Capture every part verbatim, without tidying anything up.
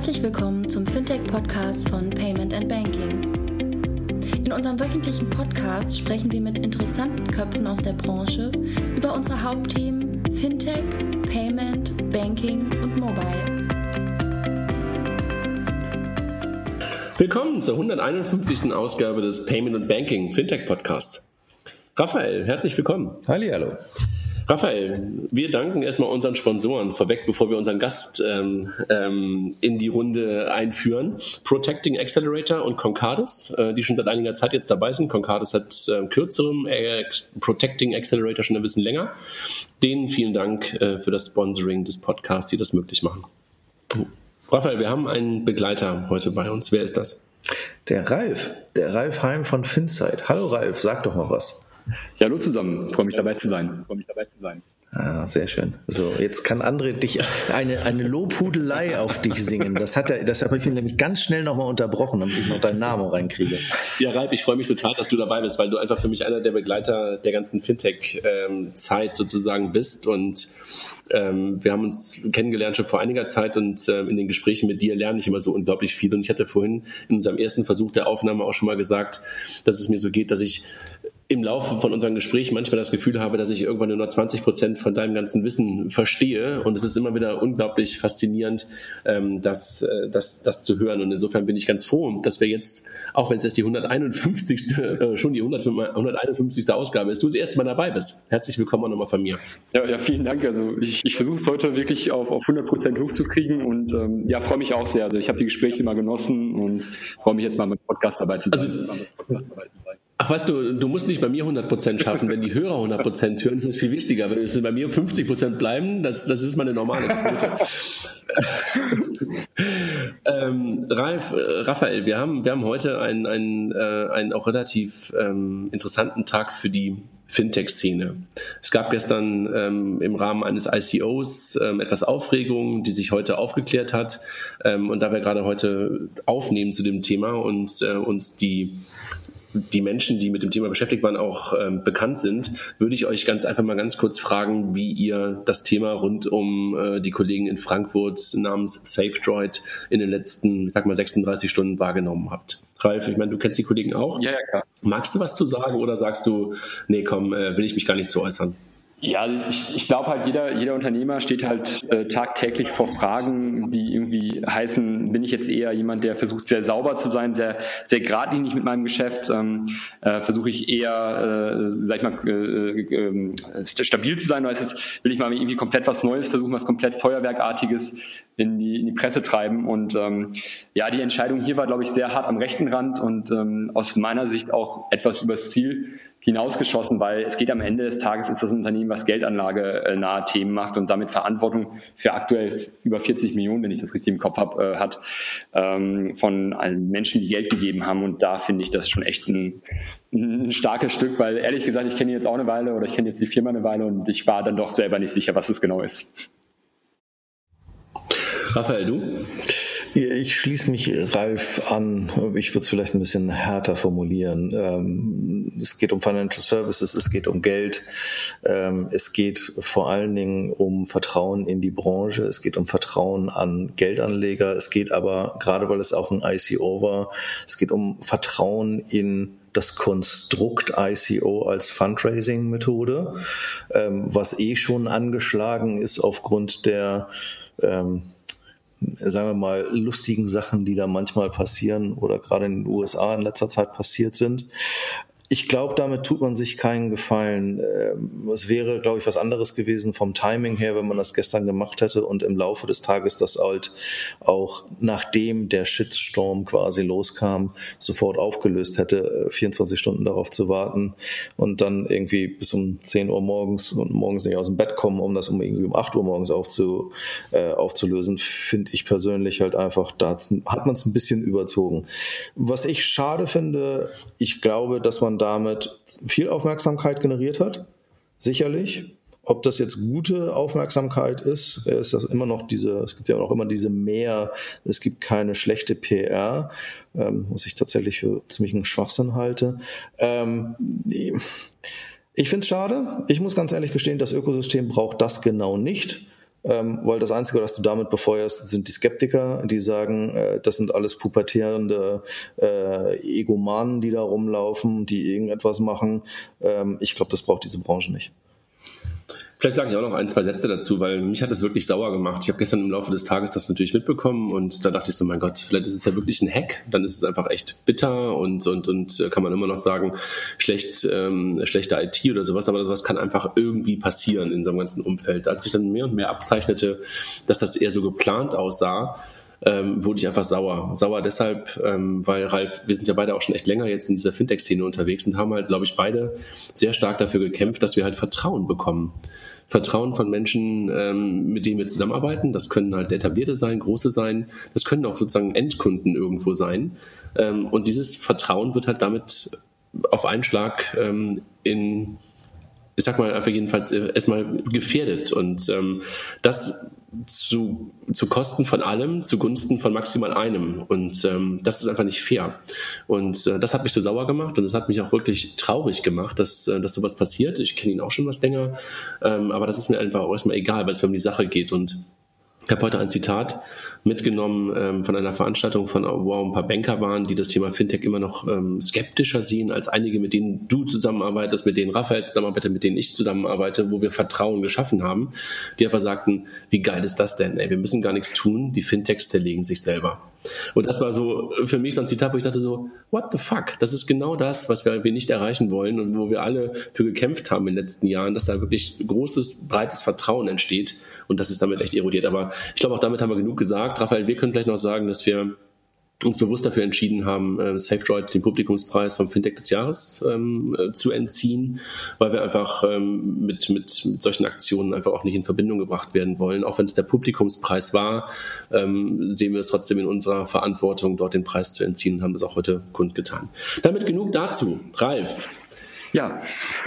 Herzlich willkommen zum Fintech-Podcast von Payment and Banking. In unserem wöchentlichen Podcast sprechen wir mit interessanten Köpfen aus der Branche über unsere Hauptthemen Fintech, Payment, Banking und Mobile. Willkommen zur hunderteinundfünfzigsten Ausgabe des Payment and Banking Fintech Podcasts. Raphael, herzlich willkommen. Hallihallo. Raphael, wir danken erstmal unseren Sponsoren vorweg, bevor wir unseren Gast ähm, ähm, in die Runde einführen. Protecting Accelerator und Concardis, äh, die schon seit einiger Zeit jetzt dabei sind. Concardis hat äh, kürzerem, äh, Protecting Accelerator schon ein bisschen länger. Denen vielen Dank äh, für das Sponsoring des Podcasts, die das möglich machen. Raphael, wir haben einen Begleiter heute bei uns. Wer ist das? Der Ralf, der Ralf Heim von Finsight. Hallo Ralf, sag doch mal was. Ja, hallo zusammen, freue mich dabei zu sein. Freue mich dabei zu sein. Ah, sehr schön. So, jetzt kann André dich eine, eine Lobhudelei auf dich singen. Das hat er, das habe ich mir nämlich ganz schnell nochmal unterbrochen, damit ich noch deinen Namen reinkriege. Ja, Ralf, ich freue mich total, dass du dabei bist, weil du einfach für mich einer der Begleiter der ganzen Fintech-Zeit sozusagen bist. Und ähm, wir haben uns kennengelernt schon vor einiger Zeit und äh, in den Gesprächen mit dir lerne ich immer so unglaublich viel. Und ich hatte vorhin in unserem ersten Versuch der Aufnahme auch schon mal gesagt, dass es mir so geht, dass ich im Laufe von unseren Gesprächen manchmal das Gefühl habe, dass ich irgendwann nur noch zwanzig Prozent von deinem ganzen Wissen verstehe. Und es ist immer wieder unglaublich faszinierend, ähm, das, äh, das, das zu hören. Und insofern bin ich ganz froh, dass wir jetzt, auch wenn es jetzt die hunderteinundfünfzigste Äh, schon die hunderteinundfünfzigste Ausgabe ist, du das erste Mal dabei bist. Herzlich willkommen auch nochmal von mir. Ja, ja, vielen Dank. Also ich, ich versuche es heute wirklich auf, auf hundert Prozent hochzukriegen und ähm, ja, freue mich auch sehr. Also ich habe die Gespräche mal genossen und freue mich jetzt mal mit Podcast dabei zu sein. Also, Ach, weißt du, du musst nicht bei mir hundert Prozent schaffen. Wenn die Hörer hundert Prozent hören, ist es viel wichtiger. Wenn es bei mir fünfzig Prozent bleiben, das, das ist meine normale Quote. ähm, Ralf, äh, Raphael, wir haben, wir haben heute einen, einen, äh, einen auch relativ ähm, interessanten Tag für die Fintech-Szene. Es gab gestern ähm, im Rahmen eines I C Os ähm, etwas Aufregung, die sich heute aufgeklärt hat. Ähm, und da wir gerade heute aufnehmen zu dem Thema und äh, uns die die Menschen, die mit dem Thema beschäftigt waren, auch ähm, bekannt sind, würde ich euch ganz einfach mal ganz kurz fragen, wie ihr das Thema rund um äh, die Kollegen in Frankfurt namens SafeDroid in den letzten, ich sag mal, sechsunddreißig Stunden wahrgenommen habt. Ralf, ich meine, du kennst die Kollegen auch. Ja, ja, klar. Magst du was zu sagen oder sagst du, nee, komm, äh, will ich mich gar nicht zu äußern? Ja, ich, ich glaube halt, jeder, jeder Unternehmer steht halt äh, tagtäglich vor Fragen, die irgendwie heißen, bin ich jetzt eher jemand, der versucht, sehr sauber zu sein, sehr, sehr geradlinig mit meinem Geschäft, ähm, äh, versuche ich eher, äh, sag ich mal, äh, äh, stabil zu sein, oder ist es, will ich mal irgendwie komplett was Neues versuchen, was komplett Feuerwerkartiges in die, in die Presse treiben. Und ähm, ja, die Entscheidung hier war, glaube ich, sehr hart am rechten Rand und ähm, aus meiner Sicht auch etwas übers Ziel hinausgeschossen, weil es geht am Ende des Tages, ist das ein Unternehmen, was Geldanlage äh, nahe Themen macht und damit Verantwortung für aktuell über vierzig Millionen, wenn ich das richtig im Kopf habe, äh, hat, ähm, von allen Menschen, die Geld gegeben haben. Und da finde ich das schon echt ein, ein starkes Stück, weil ehrlich gesagt, ich kenne jetzt auch eine Weile oder ich kenne jetzt die Firma eine Weile und ich war dann doch selber nicht sicher, was es genau ist. Raphael, du? Ich schließe mich Ralf an. Ich würde es vielleicht ein bisschen härter formulieren. Ähm, es geht um Financial Services, es geht um Geld, ähm, es geht vor allen Dingen um Vertrauen in die Branche, es geht um Vertrauen an Geldanleger, es geht aber, gerade weil es auch ein I C O war, es geht um Vertrauen in das Konstrukt I C O als Fundraising-Methode, ähm, was eh schon angeschlagen ist aufgrund der ähm, sagen wir mal, lustigen Sachen, die da manchmal passieren oder gerade in den U S A in letzter Zeit passiert sind. Ich glaube, damit tut man sich keinen Gefallen. Es wäre, glaube ich, was anderes gewesen vom Timing her, wenn man das gestern gemacht hätte und im Laufe des Tages das halt auch, nachdem der Shitstorm quasi loskam, sofort aufgelöst hätte, vierundzwanzig Stunden darauf zu warten und dann irgendwie bis um zehn Uhr morgens und morgens nicht aus dem Bett kommen, um das um irgendwie um acht Uhr morgens aufzu, äh, aufzulösen, finde ich persönlich halt einfach, da hat man es ein bisschen überzogen. Was ich schade finde, ich glaube, dass man damit viel Aufmerksamkeit generiert hat, sicherlich. Ob das jetzt gute Aufmerksamkeit ist, ist das immer noch diese, es gibt ja auch immer diese mehr, es gibt keine schlechte P R, ähm, was ich tatsächlich für ziemlich einen Schwachsinn halte. Ähm, ich finde es schade. Ich muss ganz ehrlich gestehen, das Ökosystem braucht das genau nicht. ähm, weil das Einzige, was du damit befeuerst, sind die Skeptiker, die sagen, äh, das sind alles pubertierende äh, Egomanen, die da rumlaufen, die irgendetwas machen. Ähm, ich glaube, das braucht diese Branche nicht. Vielleicht sage ich auch noch ein, zwei Sätze dazu, weil mich hat das wirklich sauer gemacht. Ich habe gestern im Laufe des Tages das natürlich mitbekommen und da dachte ich so, mein Gott, vielleicht ist es ja wirklich ein Hack, dann ist es einfach echt bitter und und und kann man immer noch sagen, schlecht ähm, schlechte I T oder sowas, aber sowas kann einfach irgendwie passieren in so einem ganzen Umfeld. Als sich dann mehr und mehr abzeichnete, dass das eher so geplant aussah, Ähm, wurde ich einfach sauer. Sauer deshalb, ähm, weil Ralf, wir sind ja beide auch schon echt länger jetzt in dieser Fintech-Szene unterwegs und haben halt, glaube ich, beide sehr stark dafür gekämpft, dass wir halt Vertrauen bekommen. Vertrauen von Menschen, ähm, mit denen wir zusammenarbeiten. Das können halt etablierte sein, große sein. Das können auch sozusagen Endkunden irgendwo sein. Ähm, und dieses Vertrauen wird halt damit auf einen Schlag ähm, in, ich sag mal, einfach jedenfalls erstmal gefährdet. Und ähm, das zu, zu Kosten von allem, zugunsten von maximal einem. Und ähm, das ist einfach nicht fair. Und äh, das hat mich so sauer gemacht und das hat mich auch wirklich traurig gemacht, dass, äh, dass sowas passiert. Ich kenne ihn auch schon was länger, ähm, aber das ist mir einfach auch erstmal egal, weil es mir um die Sache geht. Und ich habe heute ein Zitat mitgenommen ähm, von einer Veranstaltung, von, wo auch ein paar Banker waren, die das Thema Fintech immer noch ähm, skeptischer sehen als einige, mit denen du zusammenarbeitest, mit denen Raphael zusammenarbeitet, mit denen ich zusammenarbeite, wo wir Vertrauen geschaffen haben, die einfach sagten, wie geil ist das denn? Ey, wir müssen gar nichts tun, die Fintechs zerlegen sich selber. Und das war so für mich so ein Zitat, wo ich dachte so, what the fuck? Das ist genau das, was wir, wir nicht erreichen wollen und wo wir alle für gekämpft haben in den letzten Jahren, dass da wirklich großes, breites Vertrauen entsteht und das ist damit echt erodiert. Aber ich glaube, auch damit haben wir genug gesagt. Raphael, wir können vielleicht noch sagen, dass wir uns bewusst dafür entschieden haben, äh, SafeDroid den Publikumspreis vom Fintech des Jahres ähm, äh, zu entziehen, weil wir einfach ähm, mit, mit, mit solchen Aktionen einfach auch nicht in Verbindung gebracht werden wollen. Auch wenn es der Publikumspreis war, ähm, sehen wir es trotzdem in unserer Verantwortung, dort den Preis zu entziehen und haben das auch heute kundgetan. Damit genug dazu. Ralf. Ja.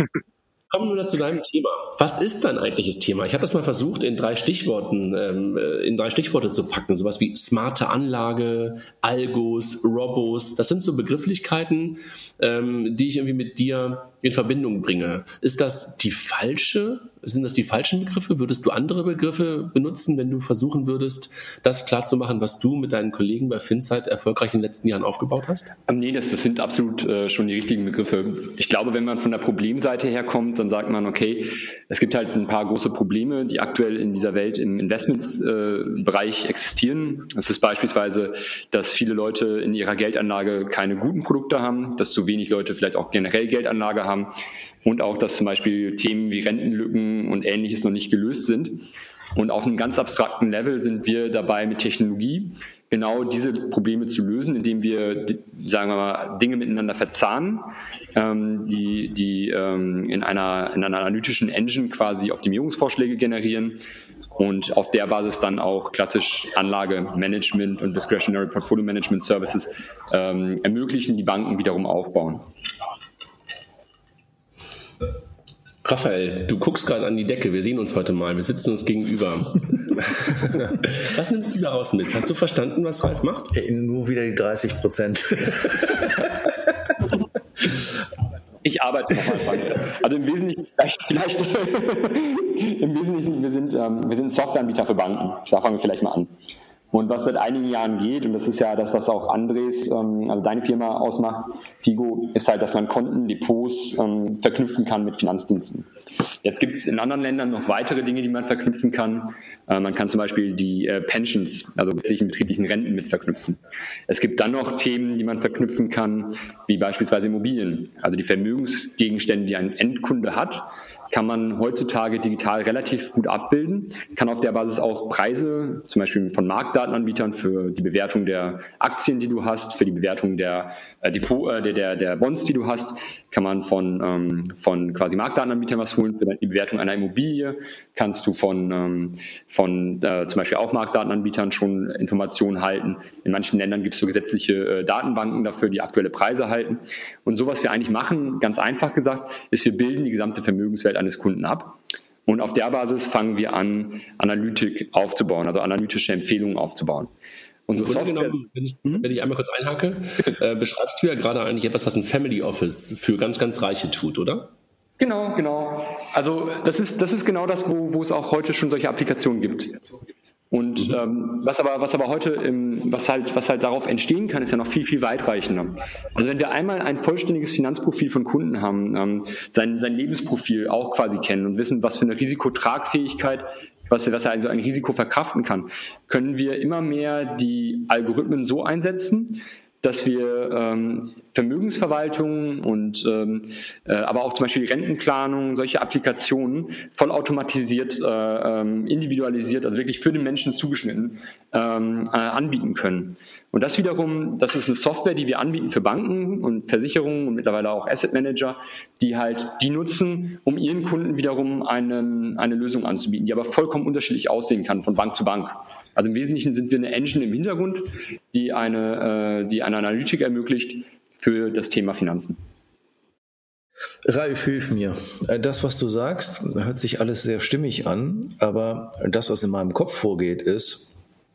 Kommen wir zu deinem Thema. Was ist dein eigentliches Thema? Ich habe das mal versucht, in drei Stichworten, ähm, in drei Stichworte zu packen. Sowas wie smarte Anlage, Algos, Robos. Das sind so Begrifflichkeiten, ähm, die ich irgendwie mit dir in Verbindung bringe. Ist das die falsche? Sind das die falschen Begriffe? Würdest du andere Begriffe benutzen, wenn du versuchen würdest, das klarzumachen, was du mit deinen Kollegen bei Finsight erfolgreich in den letzten Jahren aufgebaut hast? Nee, das, das sind absolut äh, schon die richtigen Begriffe. Ich glaube, wenn man von der Problemseite herkommt, dann sagt man, okay, es gibt halt ein paar große Probleme, die aktuell in dieser Welt im Investmentsbereich äh, existieren. Es ist beispielsweise, dass viele Leute in ihrer Geldanlage keine guten Produkte haben, dass zu wenig Leute vielleicht auch generell Geldanlage haben und auch, dass zum Beispiel Themen wie Rentenlücken und Ähnliches noch nicht gelöst sind. Und auf einem ganz abstrakten Level sind wir dabei, mit Technologie genau diese Probleme zu lösen, indem wir, sagen wir mal, Dinge miteinander verzahnen, ähm, die, die ähm, in einer, in einer analytischen Engine quasi Optimierungsvorschläge generieren und auf der Basis dann auch klassisch Anlagemanagement und Discretionary Portfolio Management Services ähm, ermöglichen, die Banken wiederum aufbauen. Raphael, du guckst gerade an die Decke, wir sehen uns heute mal, wir sitzen uns gegenüber. Was nimmst du daraus mit? Hast du verstanden, was Ralf macht? Nur wieder die dreißig Prozent. Ich arbeite noch mal. Also im Wesentlichen, vielleicht, vielleicht im Wesentlichen, wir sind, ähm, wir sind Softwareanbieter für Banken. Da fangen wir vielleicht mal an. Und was seit einigen Jahren geht, und das ist ja das, was auch Andres, ähm, also deine Firma ausmacht, Figo, ist halt, dass man Konten, Depots ähm, verknüpfen kann mit Finanzdiensten. Jetzt gibt es in anderen Ländern noch weitere Dinge, die man verknüpfen kann. Äh, man kann zum Beispiel die äh, Pensions, also gesetzlichen betrieblichen Renten mit verknüpfen. Es gibt dann noch Themen, die man verknüpfen kann, wie beispielsweise Immobilien. Also die Vermögensgegenstände, die ein Endkunde hat, kann man heutzutage digital relativ gut abbilden, kann auf der Basis auch Preise, zum Beispiel von Marktdatenanbietern für die Bewertung der Aktien, die du hast, für die Bewertung der äh, Depot, äh, der, der Bonds, die du hast, kann man von, ähm, von quasi Marktdatenanbietern was holen. Für die Bewertung einer Immobilie kannst du von, ähm, von äh, zum Beispiel auch Marktdatenanbietern schon Informationen halten. In manchen Ländern gibt es so gesetzliche äh, Datenbanken dafür, die aktuelle Preise halten. Und so, was wir eigentlich machen, ganz einfach gesagt, ist, wir bilden die gesamte Vermögenswelt eines Kunden ab. Und auf der Basis fangen wir an, Analytik aufzubauen, also analytische Empfehlungen aufzubauen. Unsere Software, genommen, wenn, ich, hm? wenn ich einmal kurz einhacke, äh, beschreibst du ja gerade eigentlich etwas, was ein Family Office für ganz, ganz Reiche tut, oder? Genau, genau. Also das ist, das ist genau das, wo, wo es auch heute schon solche Applikationen gibt. Und mhm. ähm, was aber, was aber heute, im, was halt, was halt darauf entstehen kann, ist ja noch viel, viel weitreichender. Also wenn wir einmal ein vollständiges Finanzprofil von Kunden haben, ähm, sein, sein Lebensprofil auch quasi kennen und wissen, was für eine Risikotragfähigkeit, was, was er also ein Risiko verkraften kann, können wir immer mehr die Algorithmen so einsetzen, dass wir ähm, Vermögensverwaltung und ähm, äh, aber auch zum Beispiel die Rentenplanung, solche Applikationen vollautomatisiert, äh, ähm, individualisiert, also wirklich für den Menschen zugeschnitten ähm, äh, anbieten können. Und das wiederum, das ist eine Software, die wir anbieten für Banken und Versicherungen und mittlerweile auch Asset Manager, die halt die nutzen, um ihren Kunden wiederum einen, eine Lösung anzubieten, die aber vollkommen unterschiedlich aussehen kann von Bank zu Bank. Also im Wesentlichen sind wir eine Engine im Hintergrund, die eine, äh, die eine Analytik ermöglicht für das Thema Finanzen. Ralf, hilf mir. Das, was du sagst, hört sich alles sehr stimmig an, aber das, was in meinem Kopf vorgeht, ist,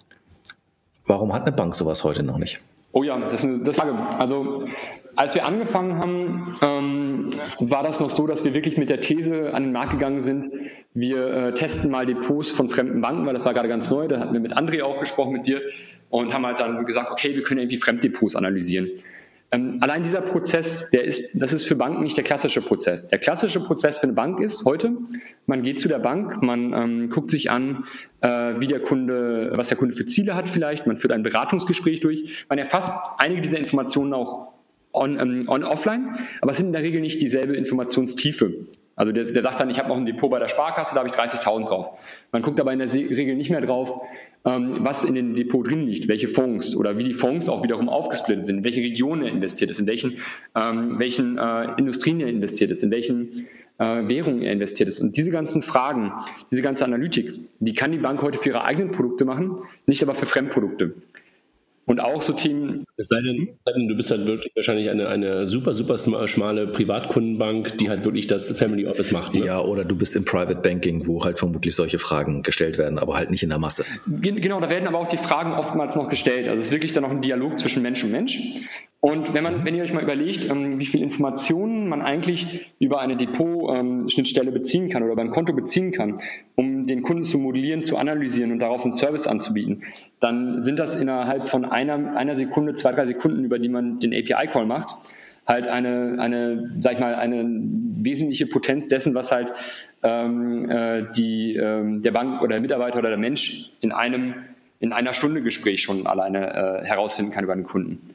warum hat eine Bank sowas heute noch nicht? Oh ja, das ist eine, das ist eine Frage. Also als wir angefangen haben, ähm, war das noch so, dass wir wirklich mit der These an den Markt gegangen sind, wir äh, testen mal Depots von fremden Banken, weil das war gerade ganz neu, da hatten wir mit André auch gesprochen, mit dir, und haben halt dann gesagt, okay, wir können irgendwie Fremddepots analysieren. Ähm, allein dieser Prozess, der ist, das ist für Banken nicht der klassische Prozess. Der klassische Prozess für eine Bank ist heute, man geht zu der Bank, man ähm, guckt sich an, äh, wie der Kunde, was der Kunde für Ziele hat vielleicht, man führt ein Beratungsgespräch durch, man erfasst einige dieser Informationen auch on, ähm, on offline, aber es sind in der Regel nicht dieselbe Informationstiefe. Also der, der sagt dann, ich habe noch ein Depot bei der Sparkasse, da habe ich dreißigtausend drauf. Man guckt aber in der Regel nicht mehr drauf, ähm, was in dem Depot drin liegt, welche Fonds oder wie die Fonds auch wiederum aufgesplittet sind, in welche Regionen er investiert ist, in welchen, ähm, welchen äh, Industrien er investiert ist, in welchen äh, Währungen er investiert ist. Und diese ganzen Fragen, diese ganze Analytik, die kann die Bank heute für ihre eigenen Produkte machen, nicht aber für Fremdprodukte. Und auch so Themen. Es sei denn, du bist halt wirklich wahrscheinlich eine, eine super, super schmale Privatkundenbank, die halt wirklich das Family Office macht. Ne? Ja, oder du bist im Private Banking, wo halt vermutlich solche Fragen gestellt werden, aber halt nicht in der Masse. Genau, da werden aber auch die Fragen oftmals noch gestellt. Also es ist wirklich dann noch ein Dialog zwischen Mensch und Mensch. Und wenn man, wenn ihr euch mal überlegt, wie viel Informationen man eigentlich über eine Depot-Schnittstelle beziehen kann oder über ein Konto beziehen kann, um den Kunden zu modellieren, zu analysieren und darauf einen Service anzubieten, dann sind das innerhalb von einer, einer Sekunde, zwei, drei Sekunden, über die man den A P I-Call macht, halt eine, eine, sag ich mal, eine wesentliche Potenz dessen, was halt ähm, äh, die, ähm, der Bank oder der Mitarbeiter oder der Mensch in einem, in einer Stunde Gespräch schon alleine äh, herausfinden kann über den Kunden.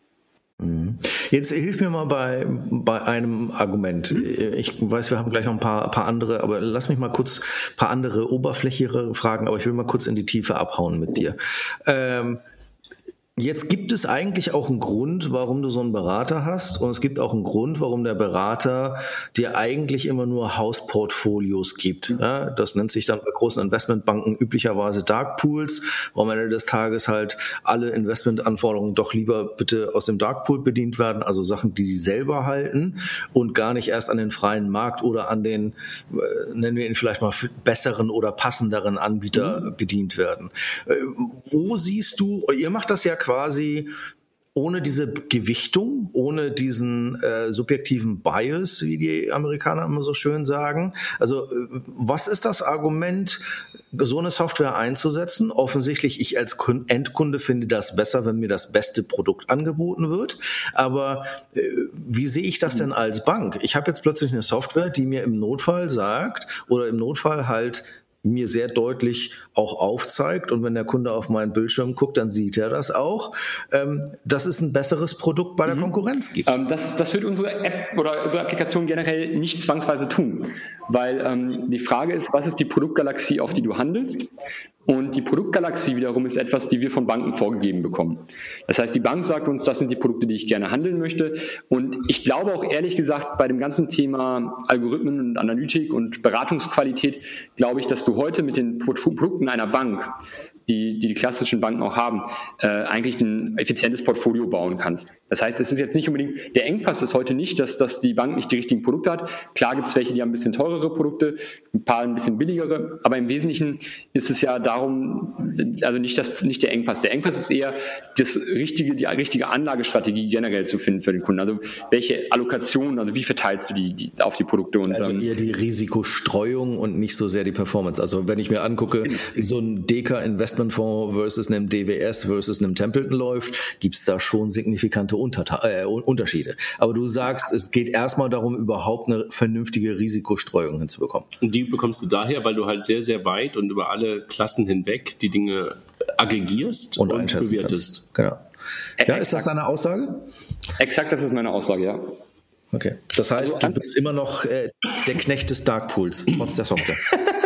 Jetzt hilf mir mal bei, bei einem Argument. Ich weiß, wir haben gleich noch ein paar, paar andere, aber lass mich mal kurz ein paar andere oberflächlichere Fragen, aber ich will mal kurz in die Tiefe abhauen mit dir. Ähm, Jetzt gibt es eigentlich auch einen Grund, warum du so einen Berater hast, und es gibt auch einen Grund, warum der Berater dir eigentlich immer nur Hausportfolios gibt. Ja, das nennt sich dann bei großen Investmentbanken üblicherweise Dark Pools, wo am Ende des Tages halt alle Investmentanforderungen doch lieber bitte aus dem Dark Pool bedient werden, also Sachen, die sie selber halten und gar nicht erst an den freien Markt oder an den, äh, nennen wir ihn vielleicht mal, besseren oder passenderen Anbieter mhm. bedient werden. Äh, wo siehst du, ihr macht das ja quasi ohne diese Gewichtung, ohne diesen äh, subjektiven Bias, wie die Amerikaner immer so schön sagen. Also äh, was ist das Argument, so eine Software einzusetzen? Offensichtlich, ich als Endkunde finde das besser, wenn mir das beste Produkt angeboten wird. Aber äh, wie sehe ich das denn als Bank? Ich habe jetzt plötzlich eine Software, die mir im Notfall sagt oder im Notfall halt mir sehr deutlich auch aufzeigt, und wenn der Kunde auf meinen Bildschirm guckt, dann sieht er das auch, ähm, dass es ein besseres Produkt bei der Konkurrenz gibt. Ähm, das, das wird unsere App oder unsere Applikation generell nicht zwangsweise tun, weil ähm, die Frage ist, was ist die Produktgalaxie, auf die du handelst? Und die Produktgalaxie wiederum ist etwas, die wir von Banken vorgegeben bekommen. Das heißt, die Bank sagt uns, das sind die Produkte, die ich gerne handeln möchte. Und ich glaube auch ehrlich gesagt, bei dem ganzen Thema Algorithmen und Analytik und Beratungsqualität, glaube ich, dass du heute mit den Produkten einer Bank, die die, die klassischen Banken auch haben, äh, eigentlich ein effizientes Portfolio bauen kannst. Das heißt, es ist jetzt nicht unbedingt, der Engpass ist heute nicht, dass, dass die Bank nicht die richtigen Produkte hat. Klar gibt es welche, die haben ein bisschen teurere Produkte, ein paar ein bisschen billigere, aber im Wesentlichen ist es ja darum, also nicht, das, nicht der Engpass. Der Engpass ist eher das richtige, die richtige Anlagestrategie generell zu finden für den Kunden. Also welche Allokation, also wie verteilst du die, die auf die Produkte? Und, also eher die Risikostreuung und nicht so sehr die Performance. Also wenn ich mir angucke, wie so ein Deka Investmentfonds versus einem D W S versus einem Templeton läuft, gibt es da schon signifikante Unterta- äh, Unterschiede. Aber du sagst, es geht erstmal darum, überhaupt eine vernünftige Risikostreuung hinzubekommen. Und die bekommst du daher, weil du halt sehr, sehr weit und über alle Klassen hinweg die Dinge aggregierst und, und bewertest. Kannst. Genau. Ja, ist das deine Aussage? Exakt, das ist meine Aussage, ja. Okay. Das heißt, du bist immer noch äh, der Knecht des Darkpools, trotz der Software.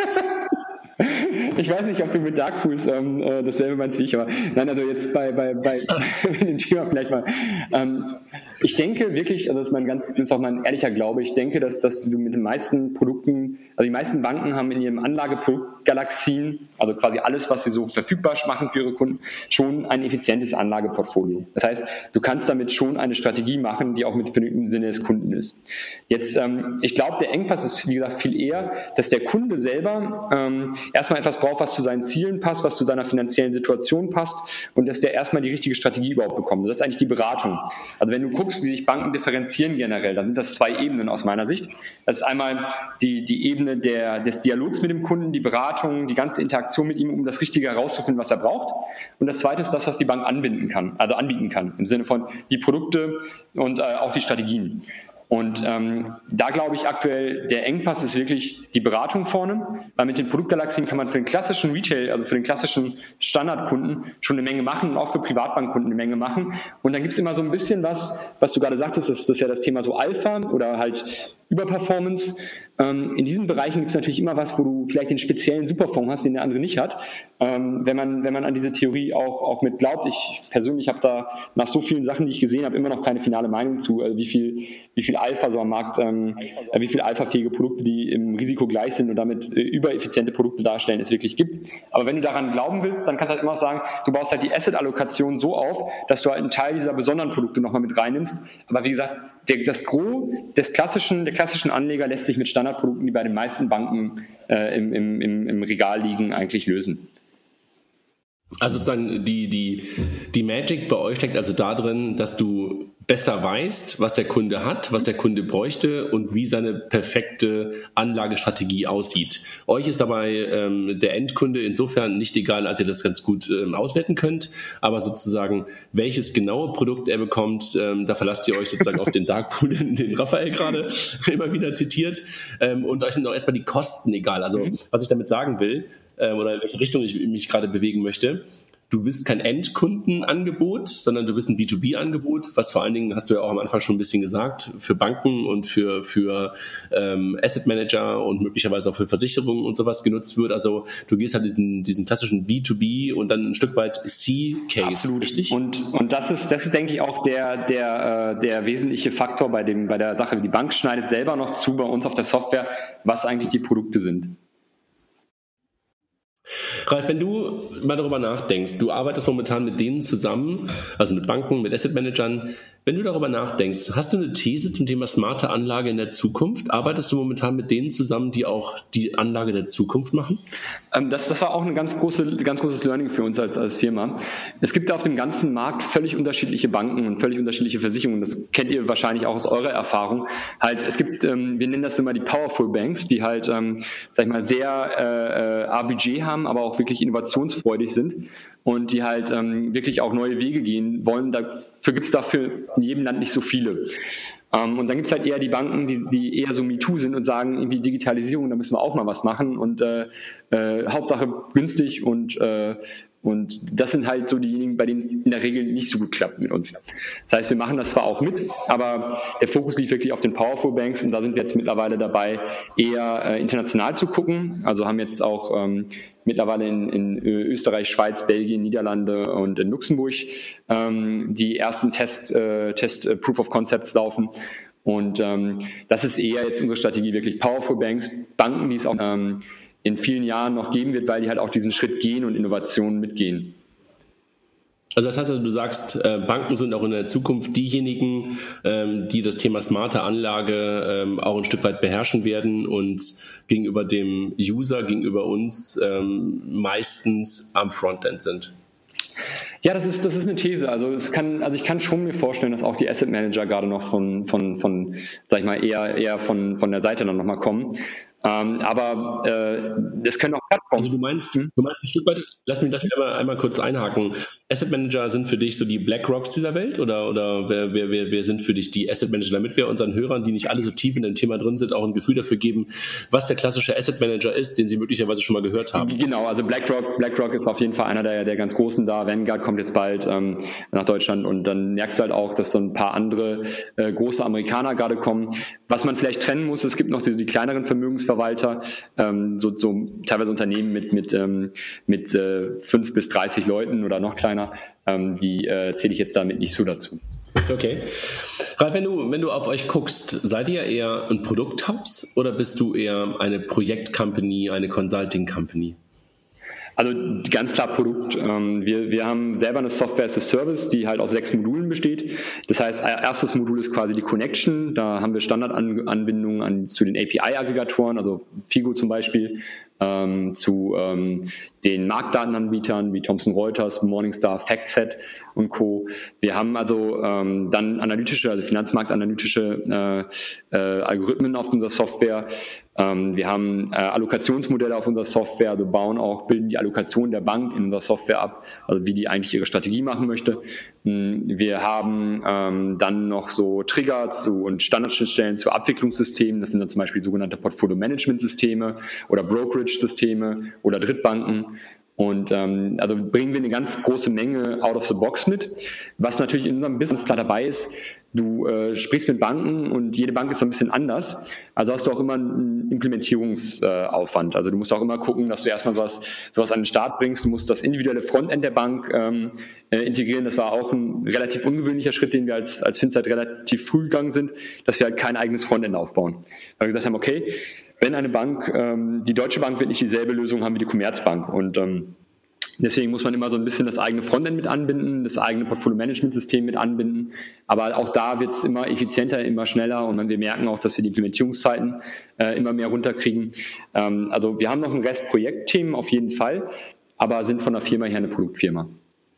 Ich weiß nicht, ob du mit Darkpools ähm, äh, dasselbe meinst wie ich, aber nein, also jetzt bei, bei, bei dem Thema vielleicht mal. Ähm, ich denke wirklich, also das ist mein ganz, das ist auch mein ehrlicher Glaube, ich denke, dass, dass du mit den meisten Produkten, also die meisten Banken haben in ihrem Anlageproduktgalaxien, also quasi alles, was sie so verfügbar machen für ihre Kunden, schon ein effizientes Anlageportfolio. Das heißt, du kannst damit schon eine Strategie machen, die auch mit im Sinne des Kunden ist. Jetzt, ähm, ich glaube, der Engpass ist, wie gesagt, viel eher, dass der Kunde selber ähm, erstmal etwas braucht, was zu seinen Zielen passt, was zu seiner finanziellen Situation passt und dass der erstmal die richtige Strategie überhaupt bekommt. Das ist eigentlich die Beratung. Also wenn du guckst, wie sich Banken differenzieren generell, dann sind das zwei Ebenen aus meiner Sicht. Das ist einmal die, die Ebene der, des Dialogs mit dem Kunden, die Beratung, die ganze Interaktion mit ihm, um das Richtige herauszufinden, was er braucht. Und das Zweite ist das, was die Bank anbinden kann, also anbieten kann, im Sinne von die Produkte und äh, auch die Strategien. Und ähm, da glaube ich aktuell, der Engpass ist wirklich die Beratung vorne, weil mit den Produktgalaxien kann man für den klassischen Retail, also für den klassischen Standardkunden schon eine Menge machen und auch für Privatbankkunden eine Menge machen. Und dann gibt es immer so ein bisschen was, was du gerade sagtest, das, das ist ja das Thema so Alpha oder halt Überperformance. Ähm, in diesen Bereichen gibt es natürlich immer was, wo du vielleicht den speziellen Superfonds hast, den der andere nicht hat. Ähm, wenn man wenn man an diese Theorie auch auch mit glaubt. Ich persönlich habe da nach so vielen Sachen, die ich gesehen habe, immer noch keine finale Meinung zu, also wie viel wie viel Alpha so am Markt, ähm, wie viel alphafähige Produkte, die im Risiko gleich sind und damit äh, übereffiziente Produkte darstellen, es wirklich gibt. Aber wenn du daran glauben willst, dann kannst du halt immer sagen, du baust halt die Asset-Allokation so auf, dass du halt einen Teil dieser besonderen Produkte nochmal mit reinnimmst. Aber wie gesagt, der, das Gros des klassischen, der klassischen Anleger lässt sich mit Standardprodukten, die bei den meisten Banken äh, im, im, im, im Regal liegen, eigentlich lösen. Also sozusagen die, die, die Magic bei euch steckt also darin, dass du besser weißt, was der Kunde hat, was der Kunde bräuchte und wie seine perfekte Anlagestrategie aussieht. Euch ist dabei ähm, der Endkunde insofern nicht egal, als ihr das ganz gut ähm, auswerten könnt, aber sozusagen welches genaue Produkt er bekommt, ähm, da verlasst ihr euch sozusagen auf den Darkpool, den Raphael gerade immer wieder zitiert, ähm, und euch sind auch erstmal die Kosten egal. Also mhm. was ich damit sagen will, äh, oder in welche Richtung ich mich gerade bewegen möchte, du bist kein Endkundenangebot, sondern du bist ein B zwei B-Angebot, was vor allen Dingen, hast du ja auch am Anfang schon ein bisschen gesagt, für Banken und für, für ähm, Asset Manager und möglicherweise auch für Versicherungen und sowas genutzt wird. Also du gehst halt diesen, diesen klassischen B zwei B und dann ein Stück weit C-Case. Absolut. Richtig? Und, und das ist, das ist, denke ich, auch der, der, der wesentliche Faktor bei dem, bei der Sache. Die Bank schneidet selber noch zu bei uns auf der Software, was eigentlich die Produkte sind. Ralf, wenn du mal darüber nachdenkst, du arbeitest momentan mit denen zusammen, also mit Banken, mit Asset Managern. Wenn du darüber nachdenkst, hast du eine These zum Thema smarte Anlage in der Zukunft? Arbeitest du momentan mit denen zusammen, die auch die Anlage der Zukunft machen? Ähm, das, das war auch ein ganz, große, ganz großes Learning für uns als, als Firma. Es gibt auf dem ganzen Markt völlig unterschiedliche Banken und völlig unterschiedliche Versicherungen. Das kennt ihr wahrscheinlich auch aus eurer Erfahrung. Halt, es gibt, ähm, wir nennen das immer die Powerful Banks, die halt, ähm, sag ich mal, sehr äh, A Budget haben, aber auch wirklich innovationsfreudig sind und die halt ähm, wirklich auch neue Wege gehen wollen. Dafür gibt es dafür in jedem Land nicht so viele. Ähm, und dann gibt es halt eher die Banken, die, die eher so MeToo sind und sagen, irgendwie Digitalisierung, da müssen wir auch mal was machen und äh, äh, Hauptsache günstig und äh, Und das sind halt so diejenigen, bei denen es in der Regel nicht so gut klappt mit uns. Das heißt, wir machen das zwar auch mit, aber der Fokus liegt wirklich auf den Powerful Banks und da sind wir jetzt mittlerweile dabei, eher äh, international zu gucken. Also haben jetzt auch ähm, mittlerweile in, in Österreich, Schweiz, Belgien, Niederlande und in Luxemburg ähm, die ersten Test, äh, Test äh, Proof of Concepts laufen. Und ähm, das ist eher jetzt unsere Strategie, wirklich Powerful Banks, Banken, die es auch ähm, in vielen Jahren noch geben wird, weil die halt auch diesen Schritt gehen und Innovationen mitgehen. Also das heißt, also, du sagst, äh, Banken sind auch in der Zukunft diejenigen, ähm, die das Thema smarte Anlage ähm, auch ein Stück weit beherrschen werden und gegenüber dem User, gegenüber uns ähm, meistens am Frontend sind. Ja, das ist, das ist eine These. Also es kann, also ich kann schon mir vorstellen, dass auch die Asset Manager gerade noch von, von, von, sag ich mal, eher, eher von, von der Seite dann nochmal kommen. Ähm, aber äh, es können auch Plattformen. Also du meinst, du meinst ein Stück weit, lass mich das einmal, einmal kurz einhaken. Asset Manager sind für dich so die BlackRocks dieser Welt oder, oder wer, wer, wer, wer sind für dich die Asset Manager, damit wir unseren Hörern, die nicht alle so tief in dem Thema drin sind, auch ein Gefühl dafür geben, was der klassische Asset Manager ist, den sie möglicherweise schon mal gehört haben? Genau, also BlackRock, BlackRock ist auf jeden Fall einer der, der ganz Großen da. Vanguard kommt jetzt bald ähm, nach Deutschland und dann merkst du halt auch, dass so ein paar andere äh, große Amerikaner gerade kommen. Was man vielleicht trennen muss, es gibt noch die, die kleineren Vermögensverwalter, ähm, so, so teilweise Unternehmen mit mit ähm, mit äh, fünf bis dreißig Leuten oder noch kleiner, ähm, die äh, zähle ich jetzt damit nicht so dazu. Okay. Ralf, wenn du, wenn du auf euch guckst, seid ihr eher ein Produkthaus oder bist du eher eine Projekt-Company, eine Consulting-Company? Also ganz klar Produkt. Wir, wir haben selber eine Software as a Service, die halt aus sechs Modulen besteht. Das heißt, erstes Modul ist quasi die Connection. Da haben wir Standardanbindungen an, zu den A P I-Aggregatoren, also Figo zum Beispiel, ähm, zu ähm, den Marktdatenanbietern wie Thomson Reuters, Morningstar, FactSet und Co. Wir haben also ähm, dann analytische, also finanzmarktanalytische äh, äh, Algorithmen auf unserer Software. Ähm, wir haben äh, Allokationsmodelle auf unserer Software, also bauen auch, bilden die Allokation der Bank in unserer Software ab, also wie die eigentlich ihre Strategie machen möchte. Wir haben ähm, dann noch so Trigger zu, und Standardschnittstellen zu Abwicklungssystemen. Das sind dann zum Beispiel sogenannte Portfolio-Management-Systeme oder Brokerage-Systeme oder Drittbanken. Und ähm, also bringen wir eine ganz große Menge out of the box mit. Was natürlich in unserem Business klar dabei ist, du äh, sprichst mit Banken und jede Bank ist so ein bisschen anders. Also hast du auch immer einen Implementierungsaufwand. Äh, also du musst auch immer gucken, dass du erstmal sowas, sowas an den Start bringst. Du musst das individuelle Frontend der Bank ähm, äh, integrieren. Das war auch ein relativ ungewöhnlicher Schritt, den wir als, als Finzeit relativ früh gegangen sind, dass wir halt kein eigenes Frontend aufbauen. Weil wir gesagt haben, okay, wenn eine Bank, ähm, die Deutsche Bank wird nicht dieselbe Lösung haben wie die Commerzbank und ähm, deswegen muss man immer so ein bisschen das eigene Frontend mit anbinden, das eigene Portfolio-Management-System mit anbinden, aber auch da wird es immer effizienter, immer schneller und wir merken auch, dass wir die Implementierungszeiten äh, immer mehr runterkriegen. Ähm, also wir haben noch ein Rest Projektthemen auf jeden Fall, aber sind von der Firma her eine Produktfirma.